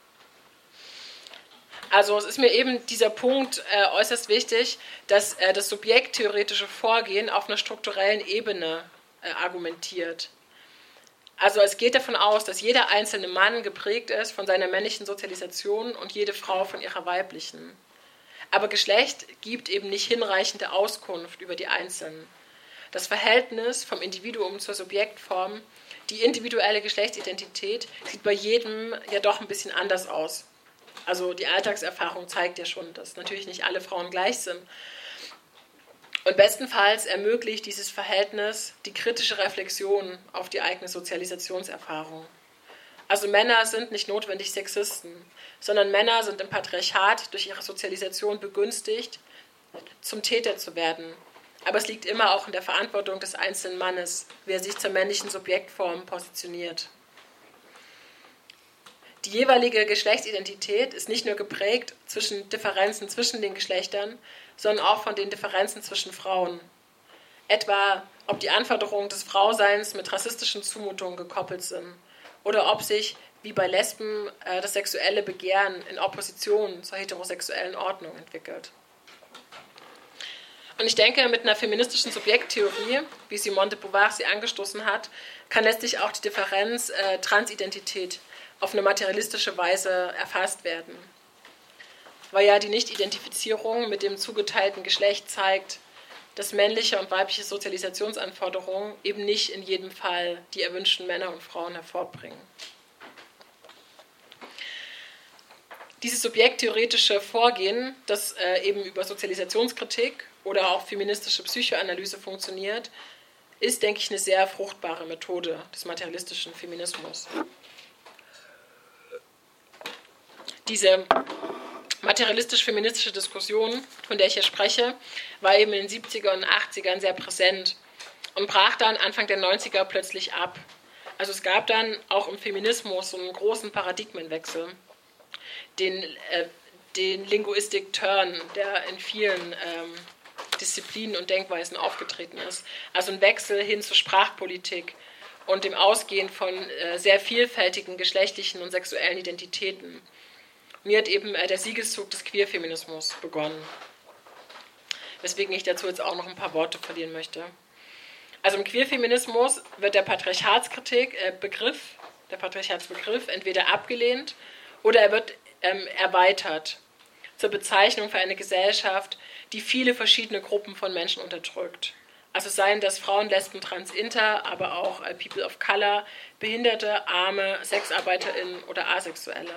Also es ist mir eben dieser Punkt äußerst wichtig, dass das subjekttheoretische Vorgehen auf einer strukturellen Ebene argumentiert. Also es geht davon aus, dass jeder einzelne Mann geprägt ist von seiner männlichen Sozialisation und jede Frau von ihrer weiblichen. Aber Geschlecht gibt eben nicht hinreichende Auskunft über die Einzelnen. Das Verhältnis vom Individuum zur Subjektform, die individuelle Geschlechtsidentität, sieht bei jedem ja doch ein bisschen anders aus. Also die Alltagserfahrung zeigt ja schon, dass natürlich nicht alle Frauen gleich sind. Und bestenfalls ermöglicht dieses Verhältnis die kritische Reflexion auf die eigene Sozialisationserfahrung. Also Männer sind nicht notwendig Sexisten, sondern Männer sind im Patriarchat durch ihre Sozialisation begünstigt, zum Täter zu werden. aber es liegt immer auch in der Verantwortung des einzelnen Mannes, wie er sich zur männlichen Subjektform positioniert. Die jeweilige Geschlechtsidentität ist nicht nur geprägt zwischen Differenzen zwischen den Geschlechtern, sondern auch von den Differenzen zwischen Frauen. Etwa, ob die Anforderungen des Frauseins mit rassistischen Zumutungen gekoppelt sind oder ob sich, wie bei Lesben, das sexuelle Begehren in Opposition zur heterosexuellen Ordnung entwickelt. Und ich denke, mit einer feministischen Subjekttheorie, wie Simone de Beauvoir sie angestoßen hat, kann letztlich auch die Differenz Transidentität auf eine materialistische Weise erfasst werden. Weil ja die Nicht-Identifizierung mit dem zugeteilten Geschlecht zeigt, dass männliche und weibliche Sozialisationsanforderungen eben nicht in jedem Fall die erwünschten Männer und Frauen hervorbringen. Dieses subjekttheoretische Vorgehen, das eben über Sozialisationskritik oder auch feministische Psychoanalyse funktioniert, ist, denke ich, eine sehr fruchtbare Methode des materialistischen Feminismus. Diese materialistisch-feministische Diskussion, von der ich hier spreche, war eben in den 70er und 80ern sehr präsent und brach dann Anfang der 90er plötzlich ab. Also es gab dann auch im Feminismus so einen großen Paradigmenwechsel, den Linguistic Turn, der in vielen Disziplinen und Denkweisen aufgetreten ist. Also ein Wechsel hin zur Sprachpolitik und dem Ausgehen von sehr vielfältigen geschlechtlichen und sexuellen Identitäten. Und hier hat eben der Siegeszug des Queerfeminismus begonnen, weswegen ich dazu jetzt auch noch ein paar Worte verlieren möchte. Also im Queerfeminismus wird der Patriarchatsbegriff entweder abgelehnt oder er wird erweitert zur Bezeichnung für eine Gesellschaft, die viele verschiedene Gruppen von Menschen unterdrückt. Also seien das Frauen, Lesben, Trans, Inter, aber auch People of Color, Behinderte, Arme, SexarbeiterInnen oder Asexuelle.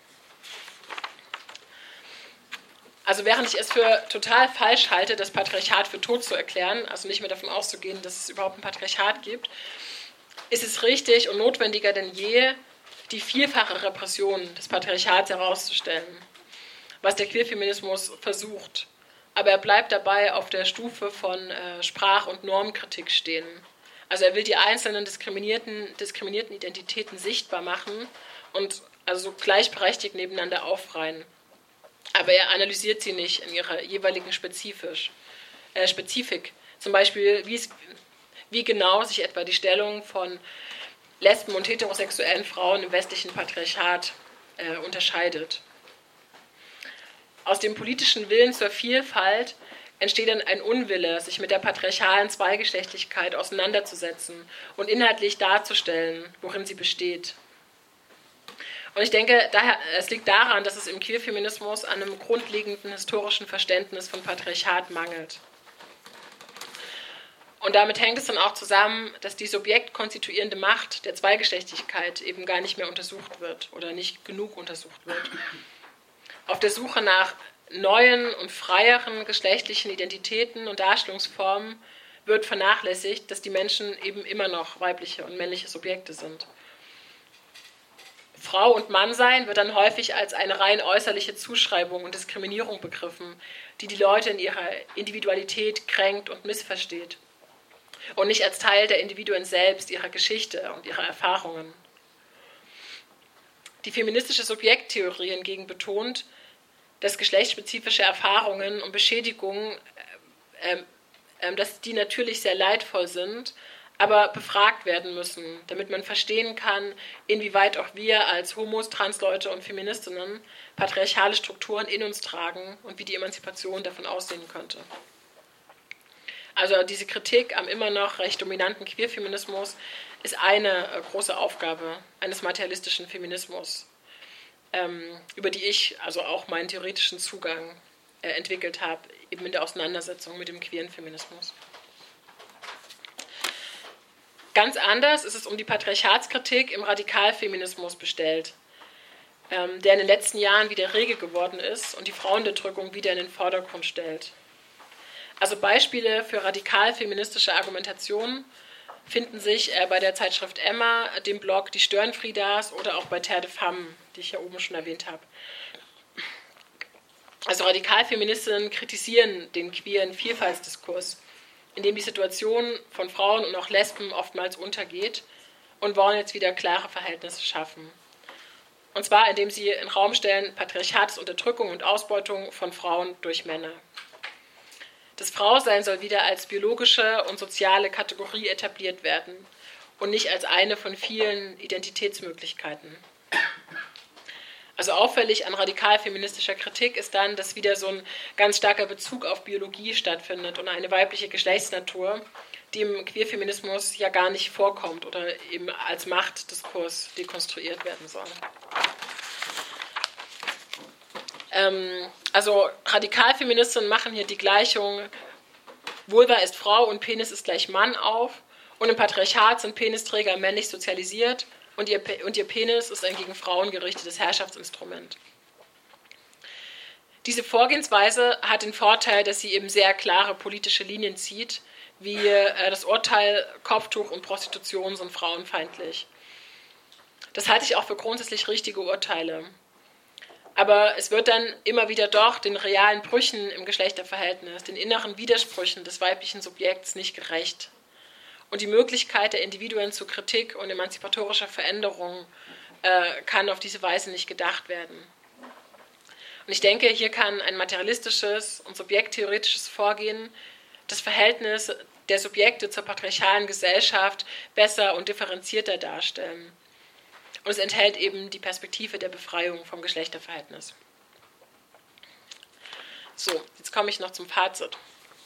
Also während ich es für total falsch halte, das Patriarchat für tot zu erklären, also nicht mehr davon auszugehen, dass es überhaupt ein Patriarchat gibt, ist es richtig und notwendiger denn je, die vielfache Repression des Patriarchats herauszustellen, was der Queerfeminismus versucht. Aber er bleibt dabei auf der Stufe von Sprach- und Normkritik stehen. Also er will die einzelnen diskriminierten Identitäten sichtbar machen und also gleichberechtigt nebeneinander aufreihen. Aber er analysiert sie nicht in ihrer jeweiligen Spezifik. Zum Beispiel, wie genau sich etwa die Stellung von lesben- und heterosexuellen Frauen im westlichen Patriarchat unterscheidet. Aus dem politischen Willen zur Vielfalt entsteht dann ein Unwille, sich mit der patriarchalen Zweigeschlechtlichkeit auseinanderzusetzen und inhaltlich darzustellen, worin sie besteht. Und ich denke, es liegt daran, dass es im Queerfeminismus an einem grundlegenden historischen Verständnis von Patriarchat mangelt. Und damit hängt es dann auch zusammen, dass die subjektkonstituierende Macht der Zweigeschlechtlichkeit eben gar nicht mehr untersucht wird oder nicht genug untersucht wird. Auf der Suche nach neuen und freieren geschlechtlichen Identitäten und Darstellungsformen wird vernachlässigt, dass die Menschen eben immer noch weibliche und männliche Subjekte sind. Frau und Mannsein wird dann häufig als eine rein äußerliche Zuschreibung und Diskriminierung begriffen, die die Leute in ihrer Individualität kränkt und missversteht. Und nicht als Teil der Individuen selbst, ihrer Geschichte und ihrer Erfahrungen. Die feministische Subjekttheorie hingegen betont, dass geschlechtsspezifische Erfahrungen und Beschädigungen, dass die natürlich sehr leidvoll sind, aber befragt werden müssen, damit man verstehen kann, inwieweit auch wir als Homos, Transleute und Feministinnen patriarchale Strukturen in uns tragen und wie die Emanzipation davon aussehen könnte. Also diese Kritik am immer noch recht dominanten Queerfeminismus ist eine große Aufgabe eines materialistischen Feminismus, über die ich also auch meinen theoretischen Zugang entwickelt habe, eben in der Auseinandersetzung mit dem queeren Feminismus. Ganz anders ist es um die Patriarchatskritik im Radikalfeminismus bestellt, der in den letzten Jahren wieder rege geworden ist und die Frauenunterdrückung wieder in den Vordergrund stellt. Also Beispiele für radikal-feministische Argumentationen finden sich bei der Zeitschrift Emma, dem Blog Die Störenfriedas oder auch bei Terre de Femme, die ich ja oben schon erwähnt habe. Also Radikalfeministinnen kritisieren den queeren Vielfaltsdiskurs in dem die Situation von Frauen und auch Lesben oftmals untergeht und wollen jetzt wieder klare Verhältnisse schaffen. Und zwar, indem sie in den Raum stellen, Patriarchat ist Unterdrückung und Ausbeutung von Frauen durch Männer. Das Frausein soll wieder als biologische und soziale Kategorie etabliert werden und nicht als eine von vielen Identitätsmöglichkeiten. Also auffällig an radikal-feministischer Kritik ist dann, dass wieder so ein ganz starker Bezug auf Biologie stattfindet und eine weibliche Geschlechtsnatur, die im Queerfeminismus ja gar nicht vorkommt oder eben als Machtdiskurs dekonstruiert werden soll. Also Radikalfeministinnen machen hier die Gleichung, Vulva ist Frau und Penis ist gleich Mann auf, und im Patriarchat sind Penisträger männlich sozialisiert und ihr Penis ist ein gegen Frauen gerichtetes Herrschaftsinstrument. Diese Vorgehensweise hat den Vorteil, dass sie eben sehr klare politische Linien zieht, wie das Urteil Kopftuch und Prostitution sind frauenfeindlich. Das halte ich auch für grundsätzlich richtige Urteile. Aber es wird dann immer wieder doch den realen Brüchen im Geschlechterverhältnis, den inneren Widersprüchen des weiblichen Subjekts nicht gerecht. Und die Möglichkeit der Individuen zu Kritik und emanzipatorischer Veränderung kann auf diese Weise nicht gedacht werden. Und ich denke, hier kann ein materialistisches und subjekttheoretisches Vorgehen das Verhältnis der Subjekte zur patriarchalen Gesellschaft besser und differenzierter darstellen. Und es enthält eben die Perspektive der Befreiung vom Geschlechterverhältnis. So, jetzt komme ich noch zum Fazit.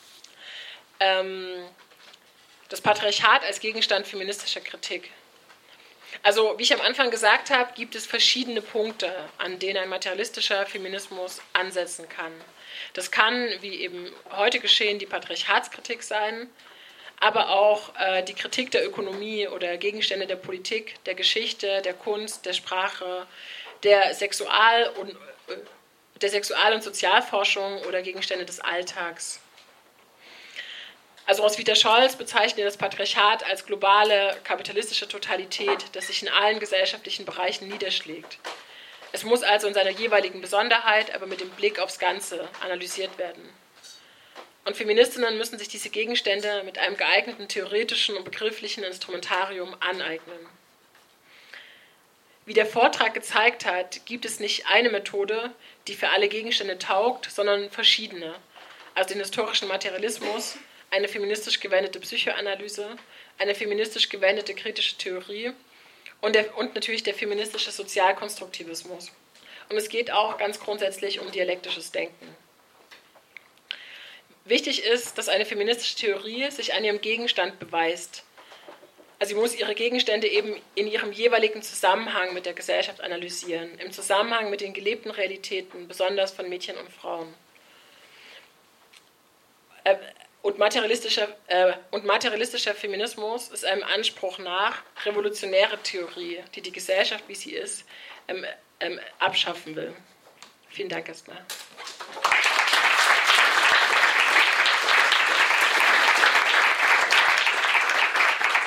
Das Patriarchat als Gegenstand feministischer Kritik. Also, wie ich am Anfang gesagt habe, gibt es verschiedene Punkte, an denen ein materialistischer Feminismus ansetzen kann. Das kann, wie eben heute geschehen, die Patriarchatskritik sein, aber auch die Kritik der Ökonomie oder Gegenstände der Politik, der Geschichte, der Kunst, der Sprache, der Sexual- und Sozialforschung oder Gegenstände des Alltags. Also Roswitha Scholz bezeichnet das Patriarchat als globale kapitalistische Totalität, das sich in allen gesellschaftlichen Bereichen niederschlägt. Es muss also in seiner jeweiligen Besonderheit, aber mit dem Blick aufs Ganze analysiert werden. Und Feministinnen müssen sich diese Gegenstände mit einem geeigneten theoretischen und begrifflichen Instrumentarium aneignen. Wie der Vortrag gezeigt hat, gibt es nicht eine Methode, die für alle Gegenstände taugt, sondern verschiedene. Also den historischen Materialismus, eine feministisch gewendete Psychoanalyse, eine feministisch gewendete kritische Theorie und natürlich der feministische Sozialkonstruktivismus. Und es geht auch ganz grundsätzlich um dialektisches Denken. Wichtig ist, dass eine feministische Theorie sich an ihrem Gegenstand beweist. Also sie muss ihre Gegenstände eben in ihrem jeweiligen Zusammenhang mit der Gesellschaft analysieren, im Zusammenhang mit den gelebten Realitäten, besonders von Mädchen und Frauen. Und materialistischer Feminismus ist einem Anspruch nach revolutionäre Theorie, die die Gesellschaft, wie sie ist, abschaffen will. Vielen Dank erstmal.